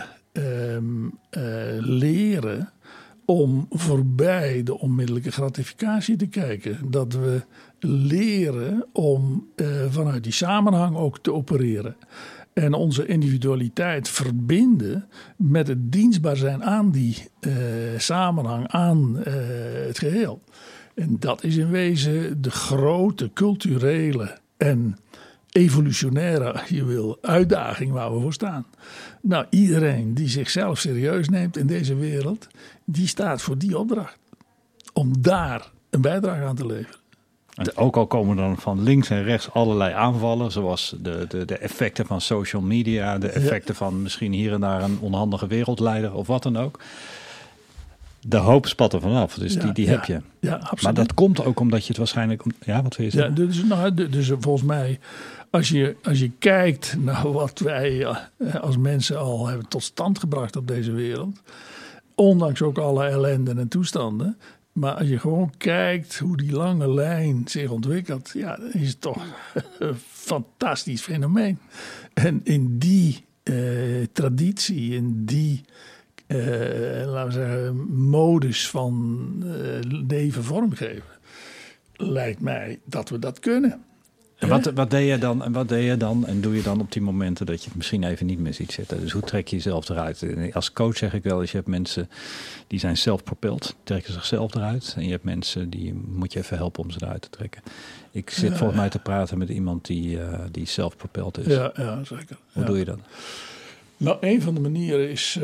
leren om voorbij de onmiddellijke gratificatie te kijken. Dat we leren om vanuit die samenhang ook te opereren. En onze individualiteit verbinden met het dienstbaar zijn aan die samenhang, aan het geheel. En dat is in wezen de grote culturele en evolutionaire, als je wil, uitdaging waar we voor staan. Nou, iedereen die zichzelf serieus neemt in deze wereld, die staat voor die opdracht. Om daar een bijdrage aan te leveren. En ook al komen dan van links en rechts allerlei aanvallen, zoals de effecten van social media, de effecten van misschien hier en daar een onhandige wereldleider of wat dan ook. De hoop spat er vanaf, dus die heb je. Ja, absoluut. Maar dat komt ook omdat je het waarschijnlijk... Ja, wat wil je zeggen? Ja, dus volgens mij, als je kijkt naar wat wij als mensen al hebben tot stand gebracht op deze wereld, ondanks ook alle ellende en toestanden, maar als je gewoon kijkt hoe die lange lijn zich ontwikkelt, ja, dan is het toch een fantastisch fenomeen. En in die traditie, in die laten we zeggen, modus van leven vormgeven, lijkt mij dat we dat kunnen. En wat deed je dan en doe je dan op die momenten dat je het misschien even niet meer ziet zitten? Dus hoe trek je jezelf eruit? Als coach zeg ik wel eens, je hebt mensen die zijn self-propelled, trekken zichzelf eruit. En je hebt mensen die moet je even helpen om ze eruit te trekken. Ik zit volgens mij te praten met iemand die self-propelled is. Ja, zeker. Hoe doe je dat? Nou, een van de manieren is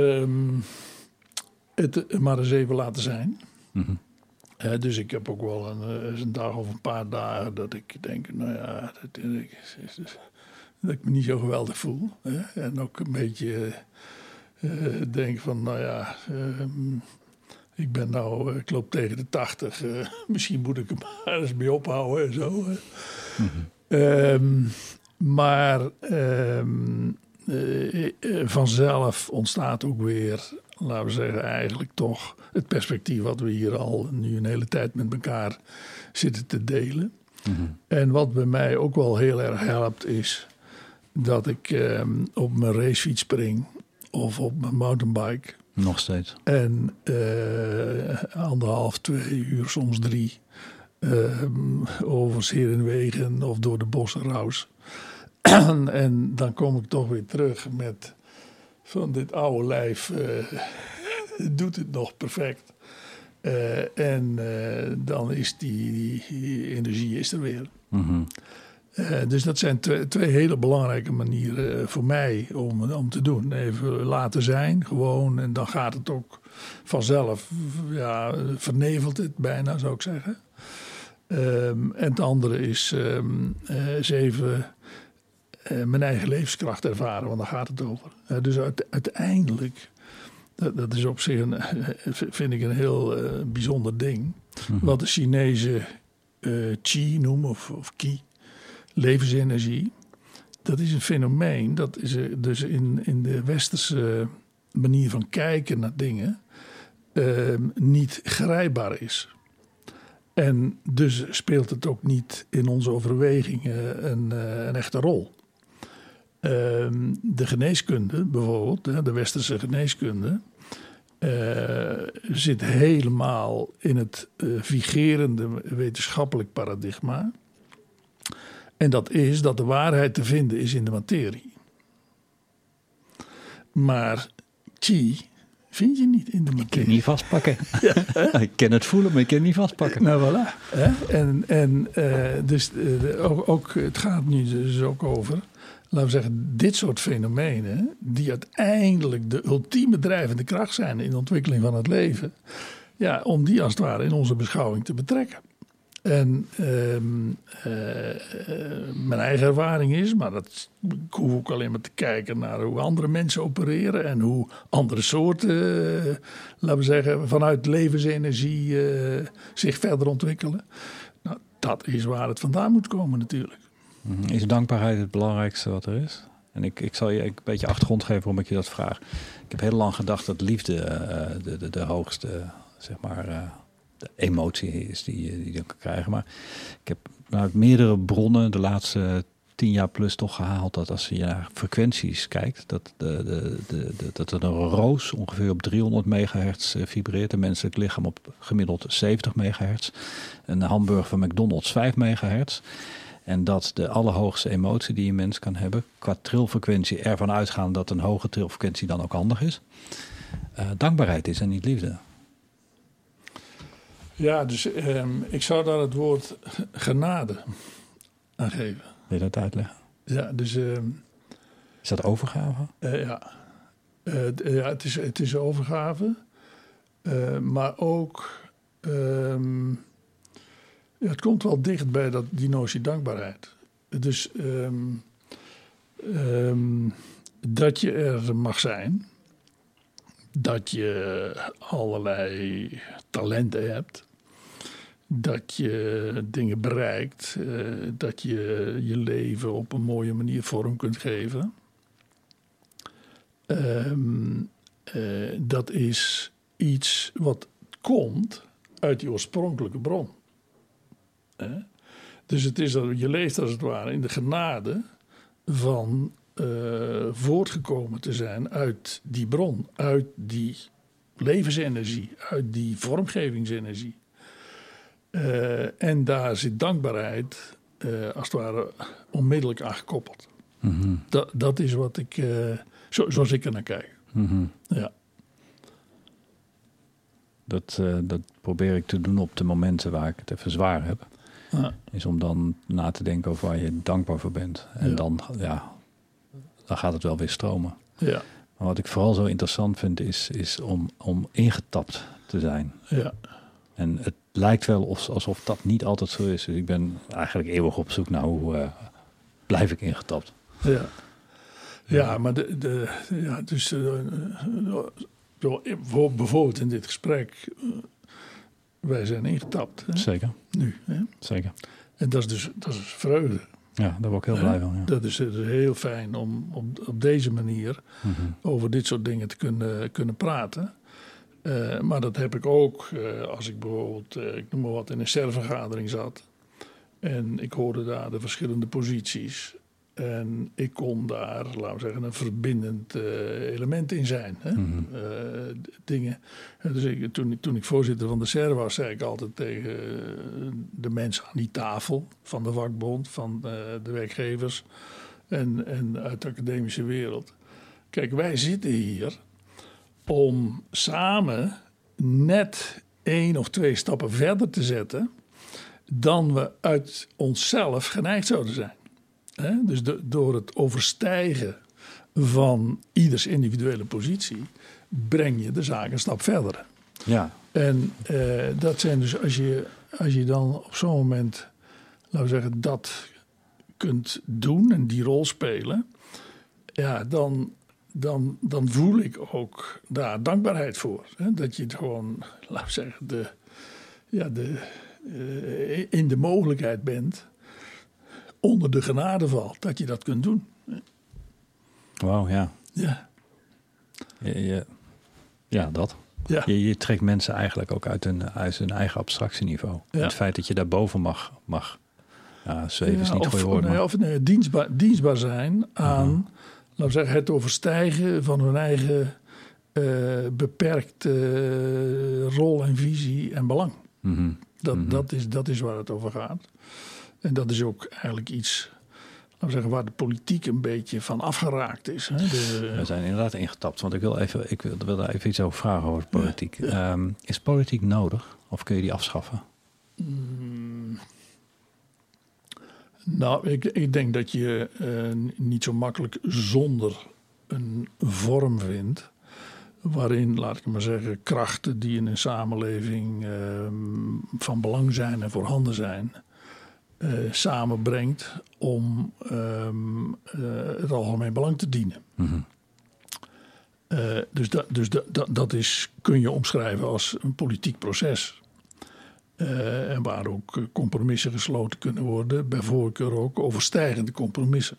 het maar eens even laten zijn. Mm-hmm. Dus ik heb ook wel een dag of een paar dagen dat ik denk, nou ja, dat ik me niet zo geweldig voel. En ook een beetje denk van, nou ja, ik loop tegen de 80. Misschien moet ik er maar eens mee ophouden en zo. Mm-hmm. Vanzelf ontstaat ook weer, laten we zeggen, eigenlijk toch het perspectief wat we hier al nu een hele tijd met elkaar zitten te delen. Mm-hmm. En wat bij mij ook wel heel erg helpt is dat ik op mijn racefiets spring of op mijn mountainbike. Nog steeds. En 1,5, 2 uur, soms 3 over Serenwegen of door de bossen raus. En dan kom ik toch weer terug met van dit oude lijf doet het nog perfect. Dan is die energie is er weer. Mm-hmm. Dus dat zijn twee hele belangrijke manieren voor mij om te doen. Even laten zijn, gewoon. En dan gaat het ook vanzelf, vernevelt het bijna, zou ik zeggen. En het andere is even mijn eigen levenskracht ervaren, want daar gaat het over. Dus uiteindelijk, dat is op zich vind ik een heel bijzonder ding. Mm-hmm. Wat de Chinezen qi noemen, of qi, levensenergie. Dat is een fenomeen, dat is dus in de westerse manier van kijken naar dingen niet grijpbaar is. En dus speelt het ook niet in onze overwegingen een echte rol. De geneeskunde bijvoorbeeld, de westerse geneeskunde, zit helemaal in het vigerende wetenschappelijk paradigma. En dat is dat de waarheid te vinden is in de materie. Maar qi vind je niet in de materie. Ik kan het niet vastpakken. Ja, ik kan het voelen, maar ik kan het niet vastpakken. Nou, voilà. Dus ook, het gaat nu dus ook over, laten we zeggen, dit soort fenomenen, die uiteindelijk de ultieme drijvende kracht zijn in de ontwikkeling van het leven. Ja, om die als het ware in onze beschouwing te betrekken. En mijn eigen ervaring is, maar ik hoef ook alleen maar te kijken naar hoe andere mensen opereren en hoe andere soorten, laten we zeggen, vanuit levensenergie zich verder ontwikkelen. Nou, dat is waar het vandaan moet komen natuurlijk. Is dankbaarheid het belangrijkste wat er is? En ik zal je een beetje achtergrond geven waarom ik je dat vraag. Ik heb heel lang gedacht dat liefde de hoogste, zeg maar, de emotie is die je kan krijgen. Maar ik heb uit meerdere bronnen de laatste 10 jaar plus toch gehaald dat als je naar frequenties kijkt, dat dat een roos ongeveer op 300 megahertz vibreert. Een menselijk lichaam op gemiddeld 70 megahertz. Een hamburger van McDonald's 5 megahertz. En dat de allerhoogste emotie die een mens kan hebben, qua trilfrequentie, ervan uitgaan dat een hoge trilfrequentie dan ook handig is, dankbaarheid is en niet liefde. Ja, dus ik zou daar het woord genade aan geven. Wil je dat uitleggen? Ja, dus... is dat overgave? Ja, het is overgave. Maar ook... het komt wel dicht bij die notie dankbaarheid. Dus dat je er mag zijn. Dat je allerlei talenten hebt. Dat je dingen bereikt. Dat je je leven op een mooie manier vorm kunt geven. Dat is iets wat komt uit die oorspronkelijke bron. Dus het is dat je leeft als het ware in de genade van voortgekomen te zijn uit die bron, uit die levensenergie, uit die vormgevingsenergie. En daar zit dankbaarheid als het ware onmiddellijk aan gekoppeld. Mm-hmm. Dat is wat ik, zoals ik er naar kijk. Mm-hmm. Ja. Dat probeer ik te doen op de momenten waar ik het even zwaar heb. Ja. Is om dan na te denken over waar je dankbaar voor bent. En dan gaat het wel weer stromen. Ja. Maar wat ik vooral zo interessant vind is om ingetapt te zijn. Ja. En het lijkt wel alsof dat niet altijd zo is. Dus ik ben eigenlijk eeuwig op zoek naar hoe blijf ik ingetapt. Ja, ja maar bijvoorbeeld in dit gesprek, wij zijn ingetapt. Hè? Zeker. Nu. Hè? Zeker. En dat is vreugde. Ja, daar word ik heel blij van. Ja. Dat is heel fijn om op deze manier over dit soort dingen te kunnen praten. Maar dat heb ik ook als ik bijvoorbeeld, ik noem maar wat, in een serververgadering zat. En ik hoorde daar de verschillende posities. En ik kon daar, laten we zeggen, een verbindend element in zijn. Hè? Dingen. Dus toen ik voorzitter van de SER was, zei ik altijd tegen de mensen aan die tafel van de vakbond, van de werkgevers en uit de academische wereld. Kijk, wij zitten hier om samen net 1 of 2 stappen verder te zetten dan we uit onszelf geneigd zouden zijn. Dus door het overstijgen van ieders individuele positie breng je de zaak een stap verder. Ja. En dat zijn dus als je dan op zo'n moment, laten we zeggen, dat kunt doen en die rol spelen, ja, dan voel ik ook daar dankbaarheid voor. Hè? Dat je het gewoon, laten we zeggen, in de mogelijkheid bent, onder de genade valt, dat je dat kunt doen. Wauw, ja. Ja. Ja, dat. Ja. Je trekt mensen eigenlijk ook uit hun eigen abstractieniveau. Ja. Het feit dat je daarboven mag zweven is niet goede woord. Dienstbaar zijn aan, laten we zeggen, het overstijgen van hun eigen beperkte rol en visie en belang. Mm-hmm. Dat is waar het over gaat. En dat is ook eigenlijk iets, laten we zeggen, waar de politiek een beetje van afgeraakt is. Hè? We zijn inderdaad ingetapt. Want ik wil daar even iets over vragen over politiek. Ja. Is politiek nodig of kun je die afschaffen? Nou, ik denk dat je niet zo makkelijk zonder een vorm vindt waarin, laat ik maar zeggen, krachten die in een samenleving van belang zijn en voorhanden zijn, samenbrengt om het algemeen belang te dienen. Mm-hmm. Dat is, kun je omschrijven als een politiek proces. En waar ook compromissen gesloten kunnen worden, bij voorkeur ook overstijgende compromissen.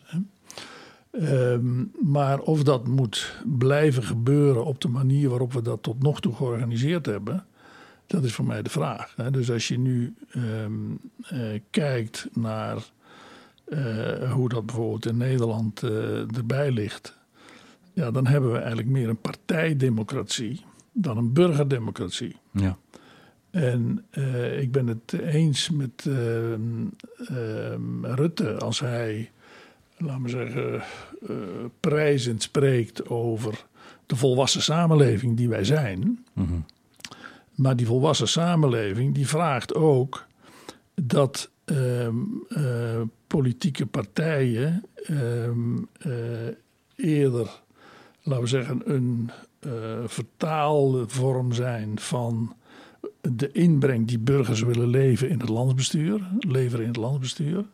Maar of dat moet blijven gebeuren op de manier waarop we dat tot nog toe georganiseerd hebben, dat is voor mij de vraag. Dus als je nu kijkt naar hoe dat bijvoorbeeld in Nederland erbij ligt, ja, dan hebben we eigenlijk meer een partijdemocratie dan een burgerdemocratie. Ja. En ik ben het eens met Rutte als hij, laten we zeggen, prijzend spreekt over de volwassen samenleving die wij zijn. Mm-hmm. Maar die volwassen samenleving die vraagt ook dat politieke partijen eerder, laten we zeggen, een vertaalde vorm zijn van de inbreng die burgers willen leveren in het landsbestuur.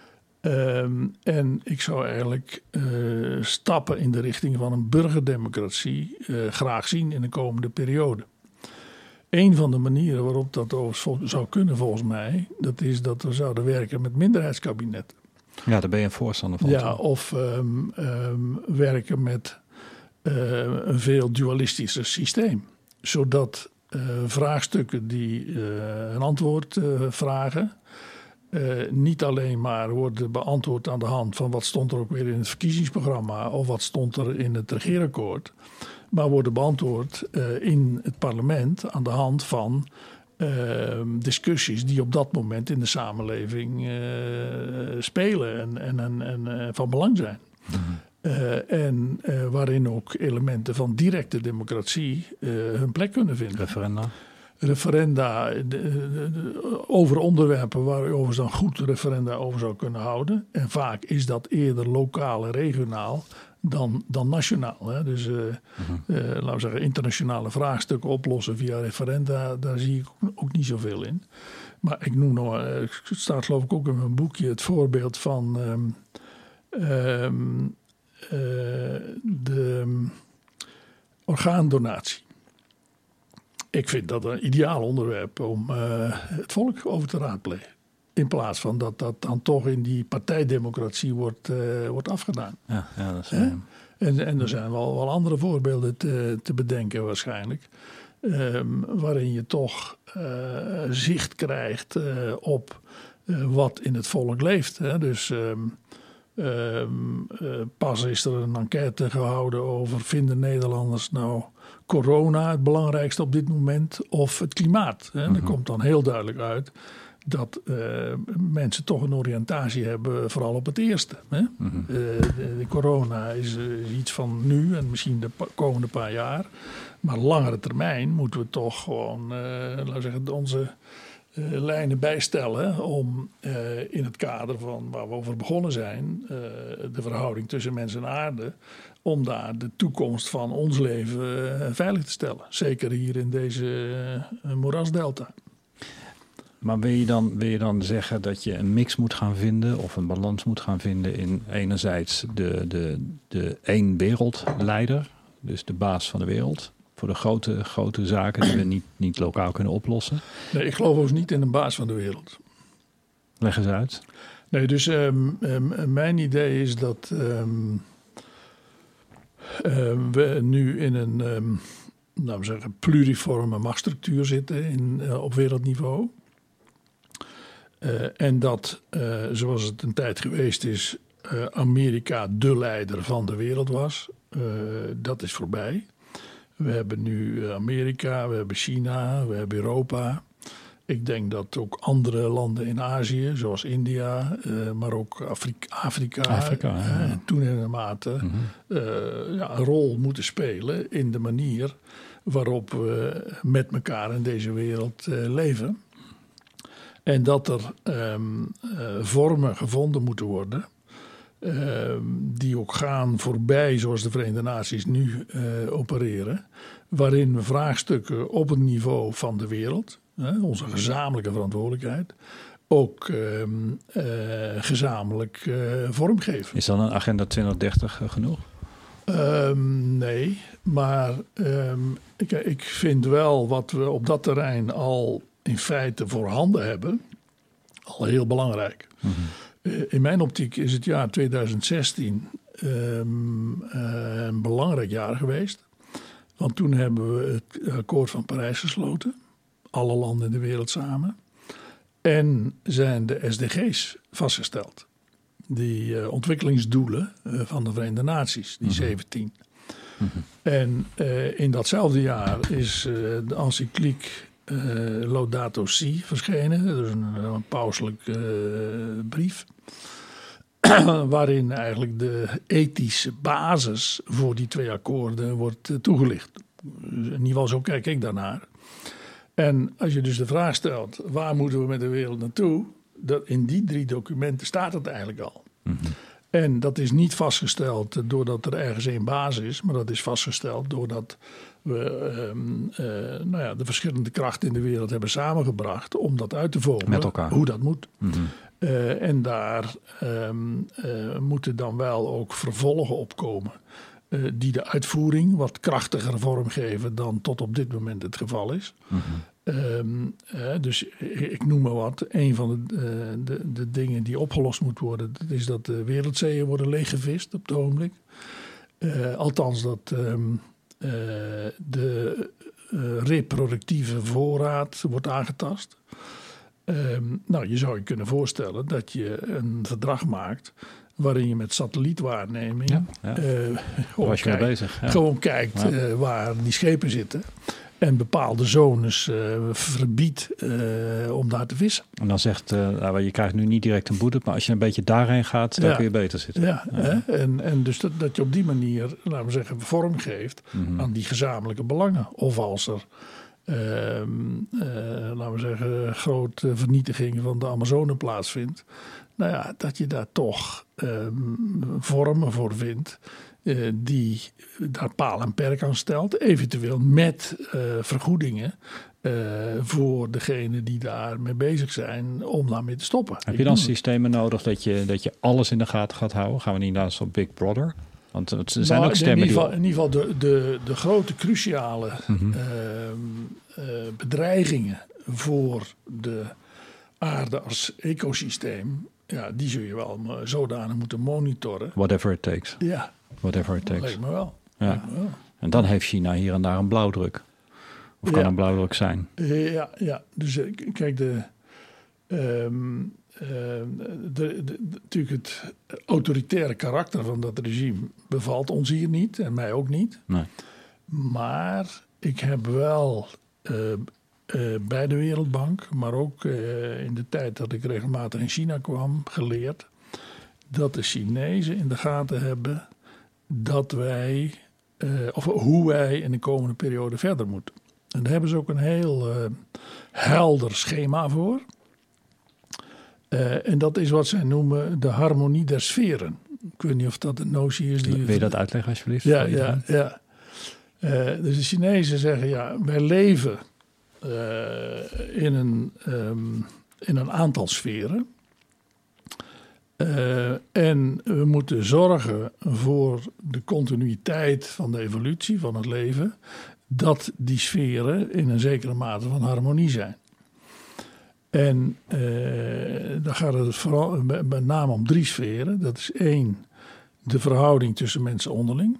En ik zou eigenlijk stappen in de richting van een burgerdemocratie graag zien in de komende periode. Een van de manieren waarop dat zou kunnen volgens mij, dat is dat we zouden werken met minderheidskabinetten. Ja, daar ben je een voorstander van. Ja, of werken met een veel dualistischer systeem. Zodat vraagstukken die een antwoord vragen, niet alleen maar worden beantwoord aan de hand van wat stond er ook weer in het verkiezingsprogramma of wat stond er in het regeerakkoord, maar worden beantwoord in het parlement aan de hand van discussies die op dat moment in de samenleving spelen en van belang zijn. Mm-hmm. En waarin ook elementen van directe democratie hun plek kunnen vinden. Referenda over onderwerpen waar je overigens dan goed referenda over zou kunnen houden. En vaak is dat eerder lokaal en regionaal dan nationaal. Hè? Dus laten we zeggen, internationale vraagstukken oplossen via referenda, daar zie ik ook niet zoveel in. Maar ik noem nog, het staat geloof ik ook in mijn boekje, het voorbeeld van de orgaandonatie. Ik vind dat een ideaal onderwerp om het volk over te raadplegen. In plaats van dat dat dan toch in die partijdemocratie wordt afgedaan. Ja, dat is en er zijn wel andere voorbeelden te bedenken waarschijnlijk. Waarin je toch zicht krijgt op wat in het volk leeft. Hè? Dus pas is er een enquête gehouden over: vinden Nederlanders nou corona het belangrijkste op dit moment of het klimaat? Hè? Er komt dan heel duidelijk uit dat mensen toch een oriëntatie hebben vooral op het eerste. Hè? De corona is iets van nu en misschien de komende paar jaar. Maar langere termijn moeten we toch gewoon laten we zeggen, onze lijnen bijstellen om in het kader van waar we over begonnen zijn, de verhouding tussen mens en aarde, om daar de toekomst van ons leven veilig te stellen. Zeker hier in deze moerasdelta. Maar wil je dan zeggen dat je een mix moet gaan vinden of een balans moet gaan vinden in enerzijds de één wereldleider, dus de baas van de wereld, voor de grote zaken die we niet lokaal kunnen oplossen? Nee, ik geloof ook niet in een baas van de wereld. Leg eens uit. Nee, dus mijn idee is dat we nu in een laten we zeggen, pluriforme machtsstructuur zitten op wereldniveau. En dat, zoals het een tijd geweest is, Amerika de leider van de wereld was. Dat is voorbij. We hebben nu Amerika, we hebben China, we hebben Europa. Ik denk dat ook andere landen in Azië, zoals India, maar ook Afrika ja. toenemende mate een rol moeten spelen in de manier waarop we met elkaar in deze wereld leven. En dat er vormen gevonden moeten worden die ook gaan voorbij zoals de Verenigde Naties nu opereren. Waarin we vraagstukken op het niveau van de wereld, onze gezamenlijke verantwoordelijkheid, ook gezamenlijk vormgeven. Is dan een agenda 2030 genoeg? Nee, maar ik vind wel wat we op dat terrein al in feite voorhanden hebben, al heel belangrijk. In mijn optiek is het jaar 2016 een belangrijk jaar geweest. Want toen hebben we het akkoord van Parijs gesloten. Alle landen in de wereld samen. En zijn de SDG's vastgesteld. Die ontwikkelingsdoelen van de Verenigde Naties, die 17. En in datzelfde jaar is de encycliek Laudato Si verschenen. Dat is een pauselijke brief. Waarin eigenlijk de ethische basis voor die 2 akkoorden wordt toegelicht. In ieder geval zo kijk ik daarnaar. En als je dus de vraag stelt, waar moeten we met de wereld naartoe? In die 3 documenten staat het eigenlijk al. En dat is niet vastgesteld doordat er ergens 1 basis is, maar dat is vastgesteld doordat we de verschillende krachten in de wereld hebben samengebracht om dat uit te vormen. Met elkaar. Hoe dat moet. En daar moeten dan wel ook vervolgen op komen. Die de uitvoering wat krachtiger vormgeven dan tot op dit moment het geval is. Dus ik noem maar wat. Een van de dingen die opgelost moet worden, dat is dat de wereldzeeën worden leeggevist op het ogenblik. Althans dat de reproductieve voorraad wordt aangetast. Je zou je kunnen voorstellen dat je een verdrag maakt waarin je met satellietwaarneming gewoon kijkt waar die schepen zitten. En bepaalde zones verbiedt om daar te vissen. En dan zegt, je krijgt nu niet direct een boete, maar als je een beetje daarheen gaat, dan kun je beter zitten. Ja. En dus dat je op die manier, laten we zeggen, vorm geeft aan die gezamenlijke belangen. Of als er, laten we zeggen, grote vernietiging van de Amazone plaatsvindt. Dat je daar toch vormen voor vindt. Die daar paal en perk aan stelt. Eventueel met vergoedingen voor degenen die daarmee bezig zijn om daarmee te stoppen. Heb je dan systemen nodig dat je alles in de gaten gaat houden? Gaan we niet naar zo'n Big Brother? Want er zijn ook stemmen in ieder geval de grote cruciale bedreigingen voor de aarde als ecosysteem. Ja, die zul je wel zodanig moeten monitoren. Whatever it takes. Ja. Whatever it takes. Lijkt me wel. Ja. En dan heeft China hier en daar een blauwdruk. Of kan een blauwdruk zijn. Ja. Dus kijk, natuurlijk het autoritaire karakter van dat regime bevalt ons hier niet. En mij ook niet. Nee. Maar ik heb wel bij de Wereldbank, maar ook in de tijd dat ik regelmatig in China kwam, geleerd dat de Chinezen in de gaten hebben dat wij, of hoe wij in de komende periode verder moeten. En daar hebben ze ook een heel helder schema voor. En dat is wat zij noemen de harmonie der sferen. Ik weet niet of dat een notie is. Wil je dat uitleggen alsjeblieft? Ja. Dus de Chinezen zeggen, wij leven in een aantal sferen. En we moeten zorgen voor de continuïteit van de evolutie van het leven, dat die sferen in een zekere mate van harmonie zijn. En dan gaat het vooral met name om 3 sferen. Dat is 1, de verhouding tussen mensen onderling.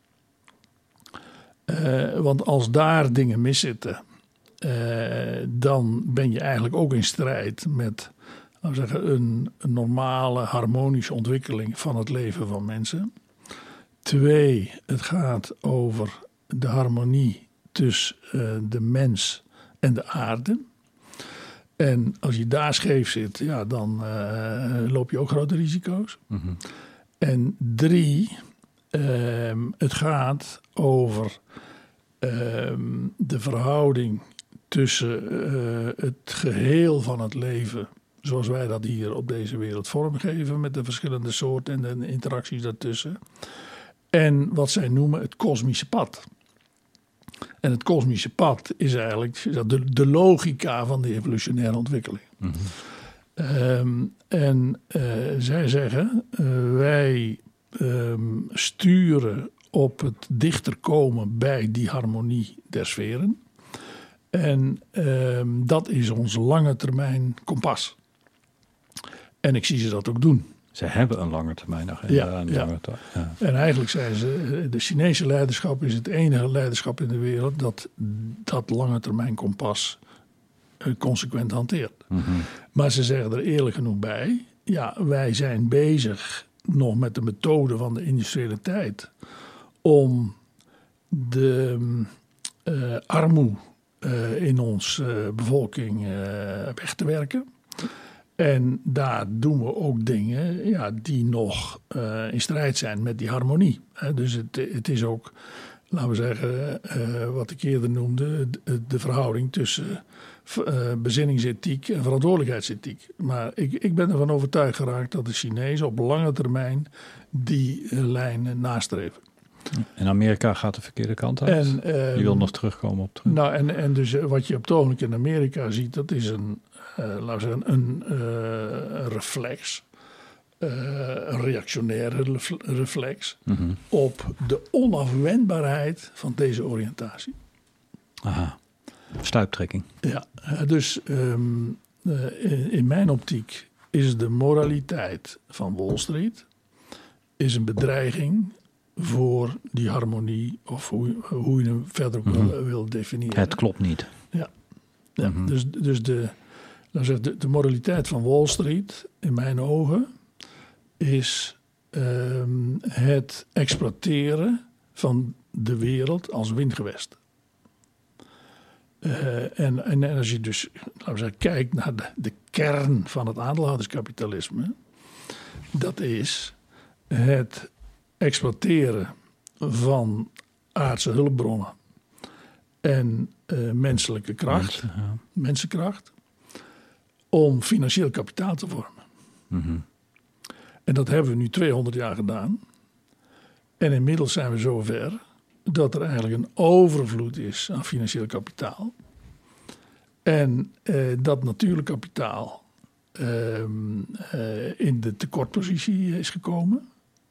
Want als daar dingen miszitten, dan ben je eigenlijk ook in strijd met, laten we zeggen, een normale harmonische ontwikkeling van het leven van mensen. 2, het gaat over de harmonie tussen de mens en de aarde. En als je daar scheef zit, dan loop je ook grote risico's. Mm-hmm. En 3, het gaat over de verhouding tussen het geheel van het leven zoals wij dat hier op deze wereld vormgeven met de verschillende soorten en de interacties daartussen. En wat zij noemen het kosmische pad. En het kosmische pad is eigenlijk de logica van de evolutionaire ontwikkeling. Zij zeggen, wij sturen op het dichter komen bij die harmonie der sferen. En dat is ons lange termijn kompas. En ik zie ze dat ook doen. Ze hebben een lange termijn agenda. Ja. En eigenlijk zijn ze, de Chinese leiderschap is het enige leiderschap in de wereld dat lange termijn kompas consequent hanteert. Maar ze zeggen er eerlijk genoeg bij, ja, wij zijn bezig nog met de methode van de industriële tijd om de armoede in onze bevolking weg te werken. En daar doen we ook dingen die nog in strijd zijn met die harmonie. Dus het is ook, laten we zeggen, wat ik eerder noemde, de verhouding tussen bezinningsethiek en verantwoordelijkheidsethiek. Maar ik ben ervan overtuigd geraakt dat de Chinezen op lange termijn die lijn nastreven. En Amerika gaat de verkeerde kant uit. Die wil nog terugkomen op terug. Nou, en dus wat je op het ogenblik in Amerika ziet, dat is een reflex. Een reactionaire reflex op de onafwendbaarheid van deze oriëntatie. Aha, stuiptrekking. Ja, dus in mijn optiek is de moraliteit van Wall Street is een bedreiging voor die harmonie, of hoe je hem verder ook wil definiëren. Het klopt niet. Ja, dus de moraliteit van Wall Street, in mijn ogen, is het exploiteren van de wereld als windgewest. En als je dus, laten we zeggen, kijkt naar de kern van het aandeelhouderskapitalisme, dat is het exploiteren van aardse hulpbronnen en menselijke kracht, mensenkracht, om financieel kapitaal te vormen. En dat hebben we nu 200 jaar gedaan. En inmiddels zijn we zover dat er eigenlijk een overvloed is aan financieel kapitaal. En dat natuurlijk kapitaal in de tekortpositie is gekomen.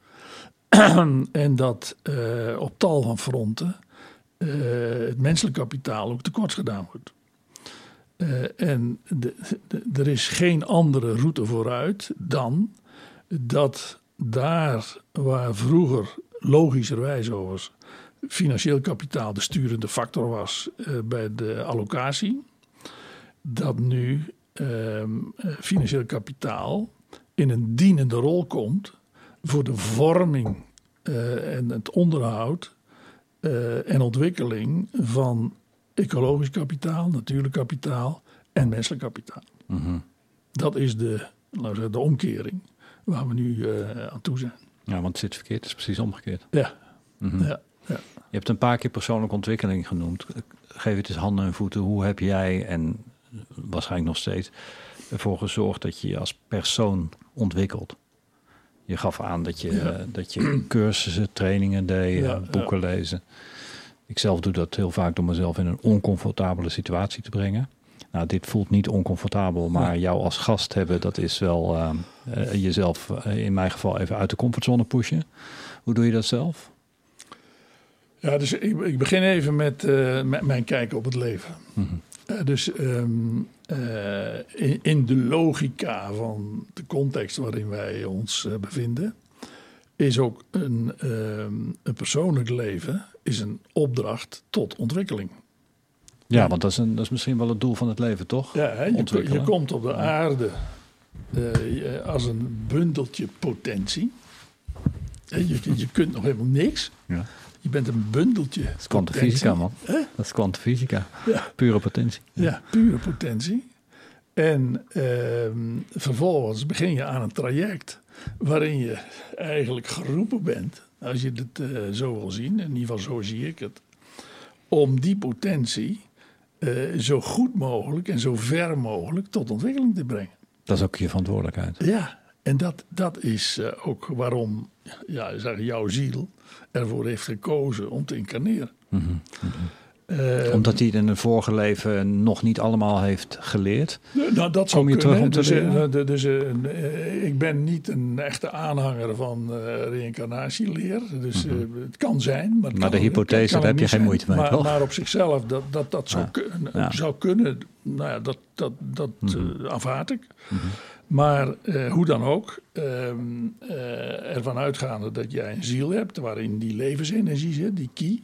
En dat op tal van fronten het menselijk kapitaal ook tekort gedaan wordt. En er is geen andere route vooruit dan dat daar waar vroeger logischerwijs overigens financieel kapitaal de sturende factor was bij de allocatie, dat nu financieel kapitaal in een dienende rol komt voor de vorming en het onderhoud en ontwikkeling van ecologisch kapitaal, natuurlijk kapitaal en menselijk kapitaal. Dat is de omkering waar we nu aan toe zijn. Ja, want het zit verkeerd, het is precies omgekeerd. Ja. Ja. Je hebt een paar keer persoonlijke ontwikkeling genoemd. Geef het eens handen en voeten. Hoe heb jij, en waarschijnlijk nog steeds, ervoor gezorgd dat je je als persoon ontwikkelt? Je gaf aan dat je cursussen, trainingen deed, boeken lezen. Ik zelf doe dat heel vaak door mezelf in een oncomfortabele situatie te brengen. Nou, dit voelt niet oncomfortabel, maar jou als gast hebben, dat is wel jezelf in mijn geval even uit de comfortzone pushen. Hoe doe je dat zelf? Ja, dus ik begin even met mijn kijk op het leven. Dus in de logica van de context waarin wij ons bevinden, is ook een persoonlijk leven is een opdracht tot ontwikkeling. Ja, want dat is misschien wel het doel van het leven, toch? Ja, je komt op de aarde als een bundeltje potentie. Je kunt nog helemaal niks. Ja. Je bent een bundeltje. Dat is kwantumfysica, man. Dat is kwantumfysica. Ja. Pure potentie. Ja, pure potentie. En vervolgens begin je aan een traject waarin je eigenlijk geroepen bent, als je het zo wil zien, in ieder geval zo zie ik het, om die potentie zo goed mogelijk en zo ver mogelijk tot ontwikkeling te brengen. Dat is ook je verantwoordelijkheid. Ja, en dat is ook waarom jouw ziel ervoor heeft gekozen om te incarneren. Mm-hmm. Omdat hij het in een vorige leven nog niet allemaal heeft geleerd. Nou, dat zou Kom je kunnen. terug om te Ik ben niet een echte aanhanger van reïncarnatieleer. Dus het kan zijn. Maar de hypothese, daar heb je geen moeite mee, toch? Maar op zichzelf, dat zou kunnen. Nou ja, dat aanvaard ik. Mm-hmm. Maar hoe dan ook, ervan uitgaande dat jij een ziel hebt waarin die levensenergie zit, die ki,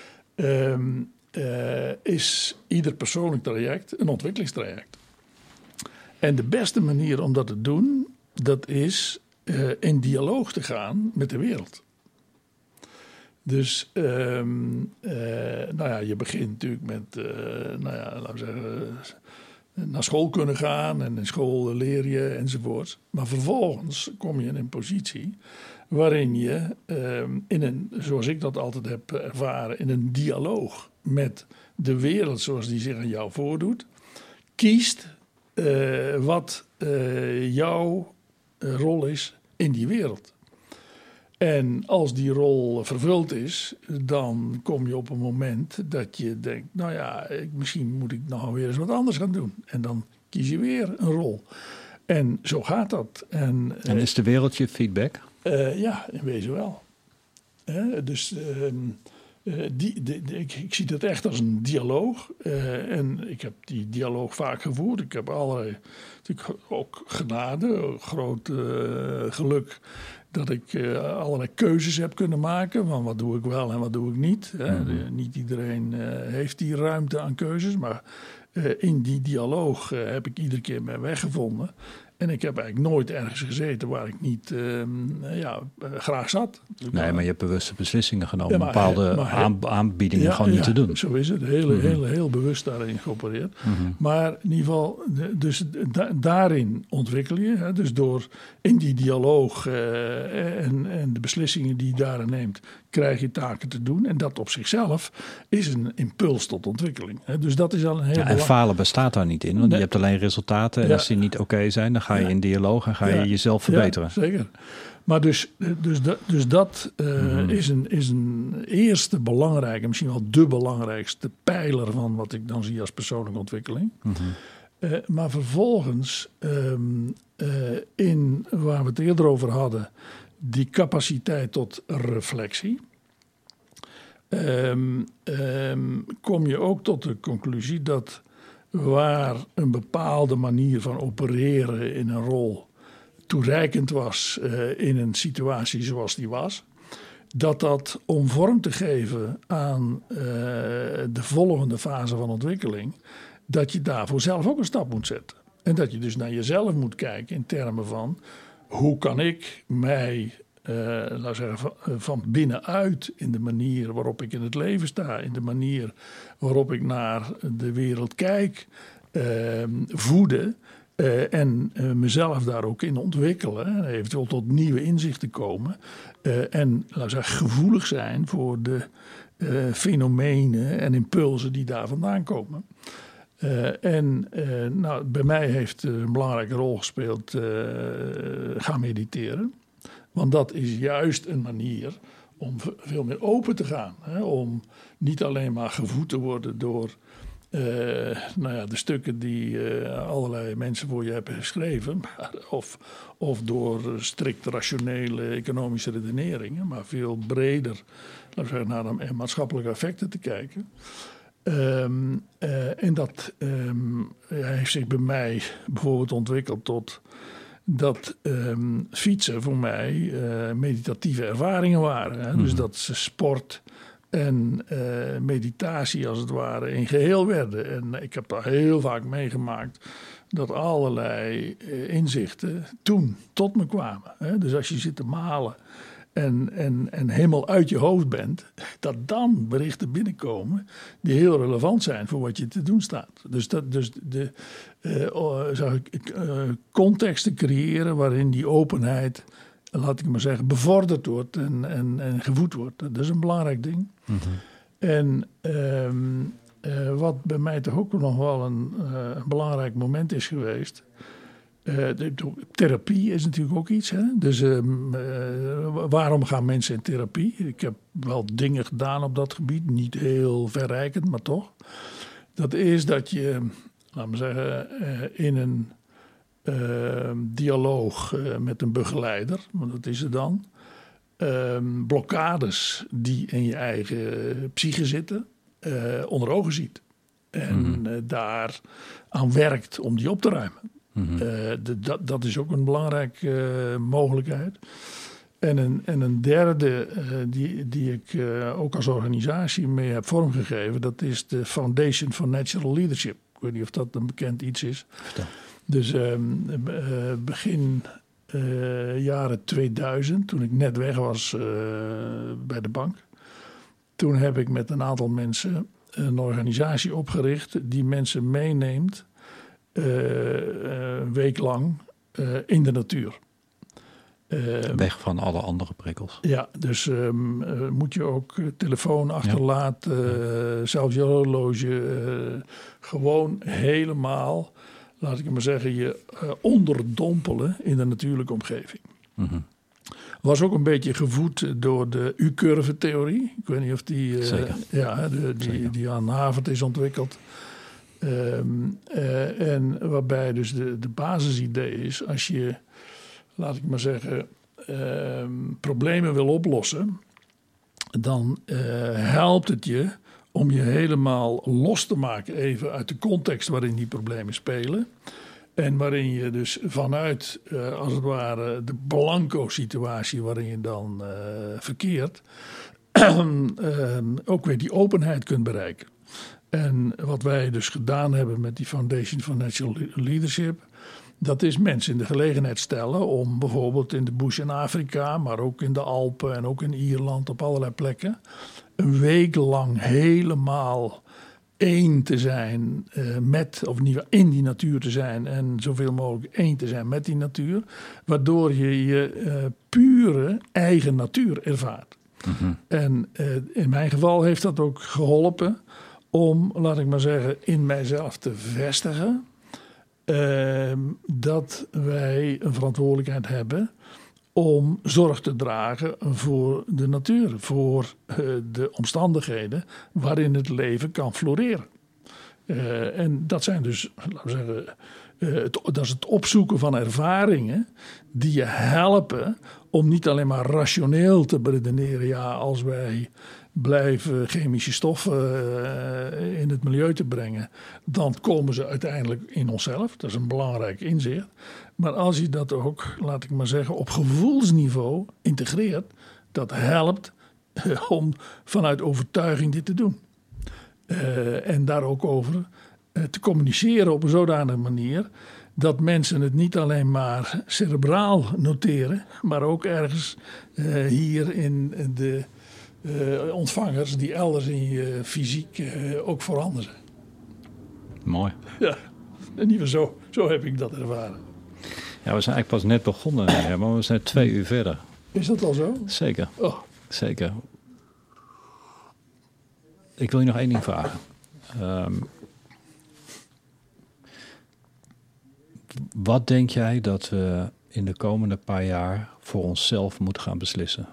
is ieder persoonlijk traject een ontwikkelingstraject. En de beste manier om dat te doen, dat is in dialoog te gaan met de wereld. Dus je begint natuurlijk met, laten we zeggen, naar school kunnen gaan en in school leer je enzovoort. Maar vervolgens kom je in een positie waarin je zoals ik dat altijd heb ervaren, in een dialoog met de wereld zoals die zich aan jou voordoet, kiest wat jouw rol is in die wereld. En als die rol vervuld is, dan kom je op een moment dat je denkt, misschien moet ik nou weer eens wat anders gaan doen. En dan kies je weer een rol. En zo gaat dat. En is de wereld je feedback? Ja, in wezen wel. Dus ik zie dat echt als een dialoog. En ik heb die dialoog vaak gevoerd. Ik heb allerlei, ook genade, groot geluk dat ik allerlei keuzes heb kunnen maken. Van wat doe ik wel en wat doe ik niet. Mm-hmm. Niet iedereen heeft die ruimte aan keuzes. Maar in die dialoog heb ik iedere keer mijn weg gevonden. En ik heb eigenlijk nooit ergens gezeten waar ik niet graag zat. Nee, maar je hebt bewuste beslissingen genomen. Bepaalde aanbiedingen gewoon niet te doen. Zo is het. Heel bewust daarin geopereerd. Mm-hmm. Maar in ieder geval, dus daarin ontwikkel je. Hè, dus door in die dialoog en de beslissingen die je daarin neemt, krijg je taken te doen. En dat op zichzelf is een impuls tot ontwikkeling. Hè. Dus dat is al een heel en falen bestaat daar niet in. Want je hebt alleen resultaten. En als die niet oké zijn, dan ga je in dialoog en ga je jezelf verbeteren. Ja, zeker. Maar dus dat is een eerste belangrijke, misschien wel de belangrijkste pijler van wat ik dan zie als persoonlijke ontwikkeling. Mm-hmm. Maar vervolgens, in waar we het eerder over hadden, die capaciteit tot reflectie, kom je ook tot de conclusie dat waar een bepaalde manier van opereren in een rol toereikend was in een situatie zoals die was, dat om vorm te geven aan de volgende fase van ontwikkeling, dat je daarvoor zelf ook een stap moet zetten. En dat je dus naar jezelf moet kijken in termen van hoe kan ik mij laten zeggen, van binnenuit in de manier waarop ik in het leven sta, in de manier waarop ik naar de wereld kijk, voeden en mezelf daar ook in ontwikkelen, en eventueel tot nieuwe inzichten komen en laten we zeggen, gevoelig zijn voor de fenomenen en impulsen die daar vandaan komen. Bij mij heeft een belangrijke rol gespeeld gaan mediteren. Want dat is juist een manier om veel meer open te gaan. Hè? Om niet alleen maar gevoed te worden door de stukken die allerlei mensen voor je hebben geschreven. Of door strikt rationele economische redeneringen. Maar veel breder naar de maatschappelijke effecten te kijken. En dat heeft zich bij mij bijvoorbeeld ontwikkeld tot dat fietsen voor mij meditatieve ervaringen waren. Hè? Dus dat ze sport en meditatie als het ware in geheel werden. En ik heb daar heel vaak meegemaakt dat allerlei inzichten toen tot me kwamen. Hè? Dus als je zit te malen en helemaal uit je hoofd bent, dat dan berichten binnenkomen die heel relevant zijn voor wat je te doen staat. Dus de contexten creëren waarin die openheid, laat ik maar zeggen, bevorderd wordt en gevoed wordt. Dat is een belangrijk ding. Mm-hmm. En wat bij mij toch ook nog wel een belangrijk moment is geweest, Therapie is natuurlijk ook iets. Hè? Dus waarom gaan mensen in therapie? Ik heb wel dingen gedaan op dat gebied. Niet heel verrijkend, maar toch. Dat is dat je, laten we zeggen, in een dialoog met een begeleider, want dat is er dan, blokkades die in je eigen psyche zitten, onder ogen ziet. En daar aan werkt om die op te ruimen. Dat is ook een belangrijke mogelijkheid. En een derde die ik ook als organisatie mee heb vormgegeven, dat is de Foundation for Natural Leadership. Ik weet niet of dat een bekend iets is. Vertel. Dus begin jaren 2000, toen ik net weg was bij de bank, toen heb ik met een aantal mensen een organisatie opgericht die mensen meeneemt een week lang in de natuur. Weg van alle andere prikkels. Ja, dus moet je ook telefoon achterlaten, zelfs je horloge, gewoon helemaal, laat ik maar zeggen, je onderdompelen in de natuurlijke omgeving. Was ook een beetje gevoed door de U-curve-theorie. Ik weet niet of die, die aan Harvard is ontwikkeld. En waarbij dus de basisidee is, als je, laat ik maar zeggen, problemen wil oplossen, dan helpt het je om je helemaal los te maken even uit de context waarin die problemen spelen. En waarin je dus vanuit, als het ware, de blanco-situatie waarin je dan verkeert, ook weer die openheid kunt bereiken. En wat wij dus gedaan hebben met die Foundation for Natural Leadership, dat is mensen in de gelegenheid stellen om bijvoorbeeld in de bush in Afrika, maar ook in de Alpen en ook in Ierland, op allerlei plekken, een week lang helemaal één te zijn met, of niet in die natuur te zijn en zoveel mogelijk één te zijn met die natuur, waardoor je je pure eigen natuur ervaart. En in mijn geval heeft dat ook geholpen om, laat ik maar zeggen, in mijzelf te vestigen dat wij een verantwoordelijkheid hebben om zorg te dragen voor de natuur, voor de omstandigheden waarin het leven kan floreren. En dat zijn dus, laten we zeggen, dat is het opzoeken van ervaringen die je helpen om niet alleen maar rationeel te beredeneren. Ja, als wij blijven chemische stoffen in het milieu te brengen, dan komen ze uiteindelijk in onszelf. Dat is een belangrijk inzicht. Maar als je dat ook, laat ik maar zeggen, op gevoelsniveau integreert, dat helpt om vanuit overtuiging dit te doen. En daar ook over te communiceren op een zodanige manier dat mensen het niet alleen maar cerebraal noteren, maar ook ergens hier in de ontvangers die elders in je fysiek ook voorhanden zijn. Mooi. Ja, in ieder geval zo heb ik dat ervaren. Ja, we zijn eigenlijk pas net begonnen, maar we zijn 2 uur verder. Is dat al zo? Zeker. Oh. Zeker. Ik wil je nog 1 ding vragen. Wat denk jij dat we in de komende paar jaar voor onszelf moeten gaan beslissen?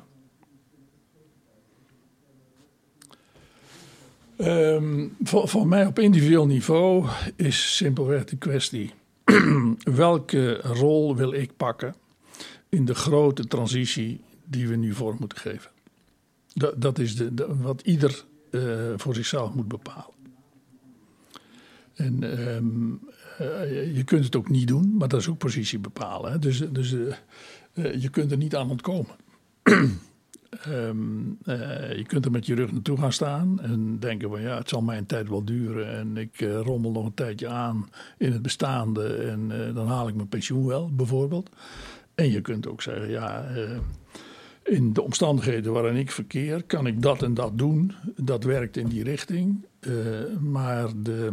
Voor mij op individueel niveau is simpelweg de kwestie: welke rol wil ik pakken in de grote transitie die we nu vorm moeten geven? Dat is wat ieder voor zichzelf moet bepalen. En je kunt het ook niet doen, maar dat is ook positie bepalen. Hè? Dus je kunt er niet aan ontkomen. Je kunt er met je rug naartoe gaan staan en denken van ja, het zal mijn tijd wel duren en ik rommel nog een tijdje aan in het bestaande en dan haal ik mijn pensioen wel, bijvoorbeeld. En je kunt ook zeggen ja, in de omstandigheden waarin ik verkeer kan ik dat en dat doen. Dat werkt in die richting, maar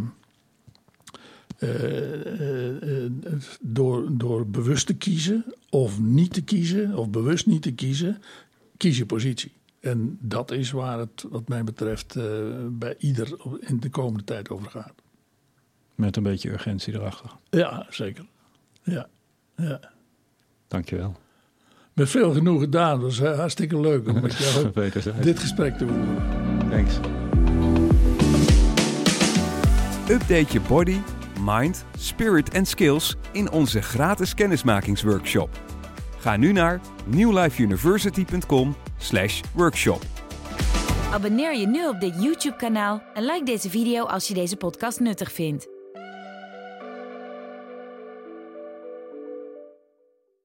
door bewust te kiezen of niet te kiezen of bewust niet te kiezen, kies je positie. En dat is waar het wat mij betreft bij ieder in de komende tijd over gaat. Met een beetje urgentie erachter. Ja, zeker. Ja. Ja. Dankjewel. Met veel genoeg gedaan. Dat was hartstikke leuk om met jou dit gesprek te voeren. Thanks. Update je body, mind, spirit en skills in onze gratis kennismakingsworkshop. Ga nu naar newlifeuniversity.com/workshop. Abonneer je nu op dit YouTube-kanaal en like deze video als je deze podcast nuttig vindt.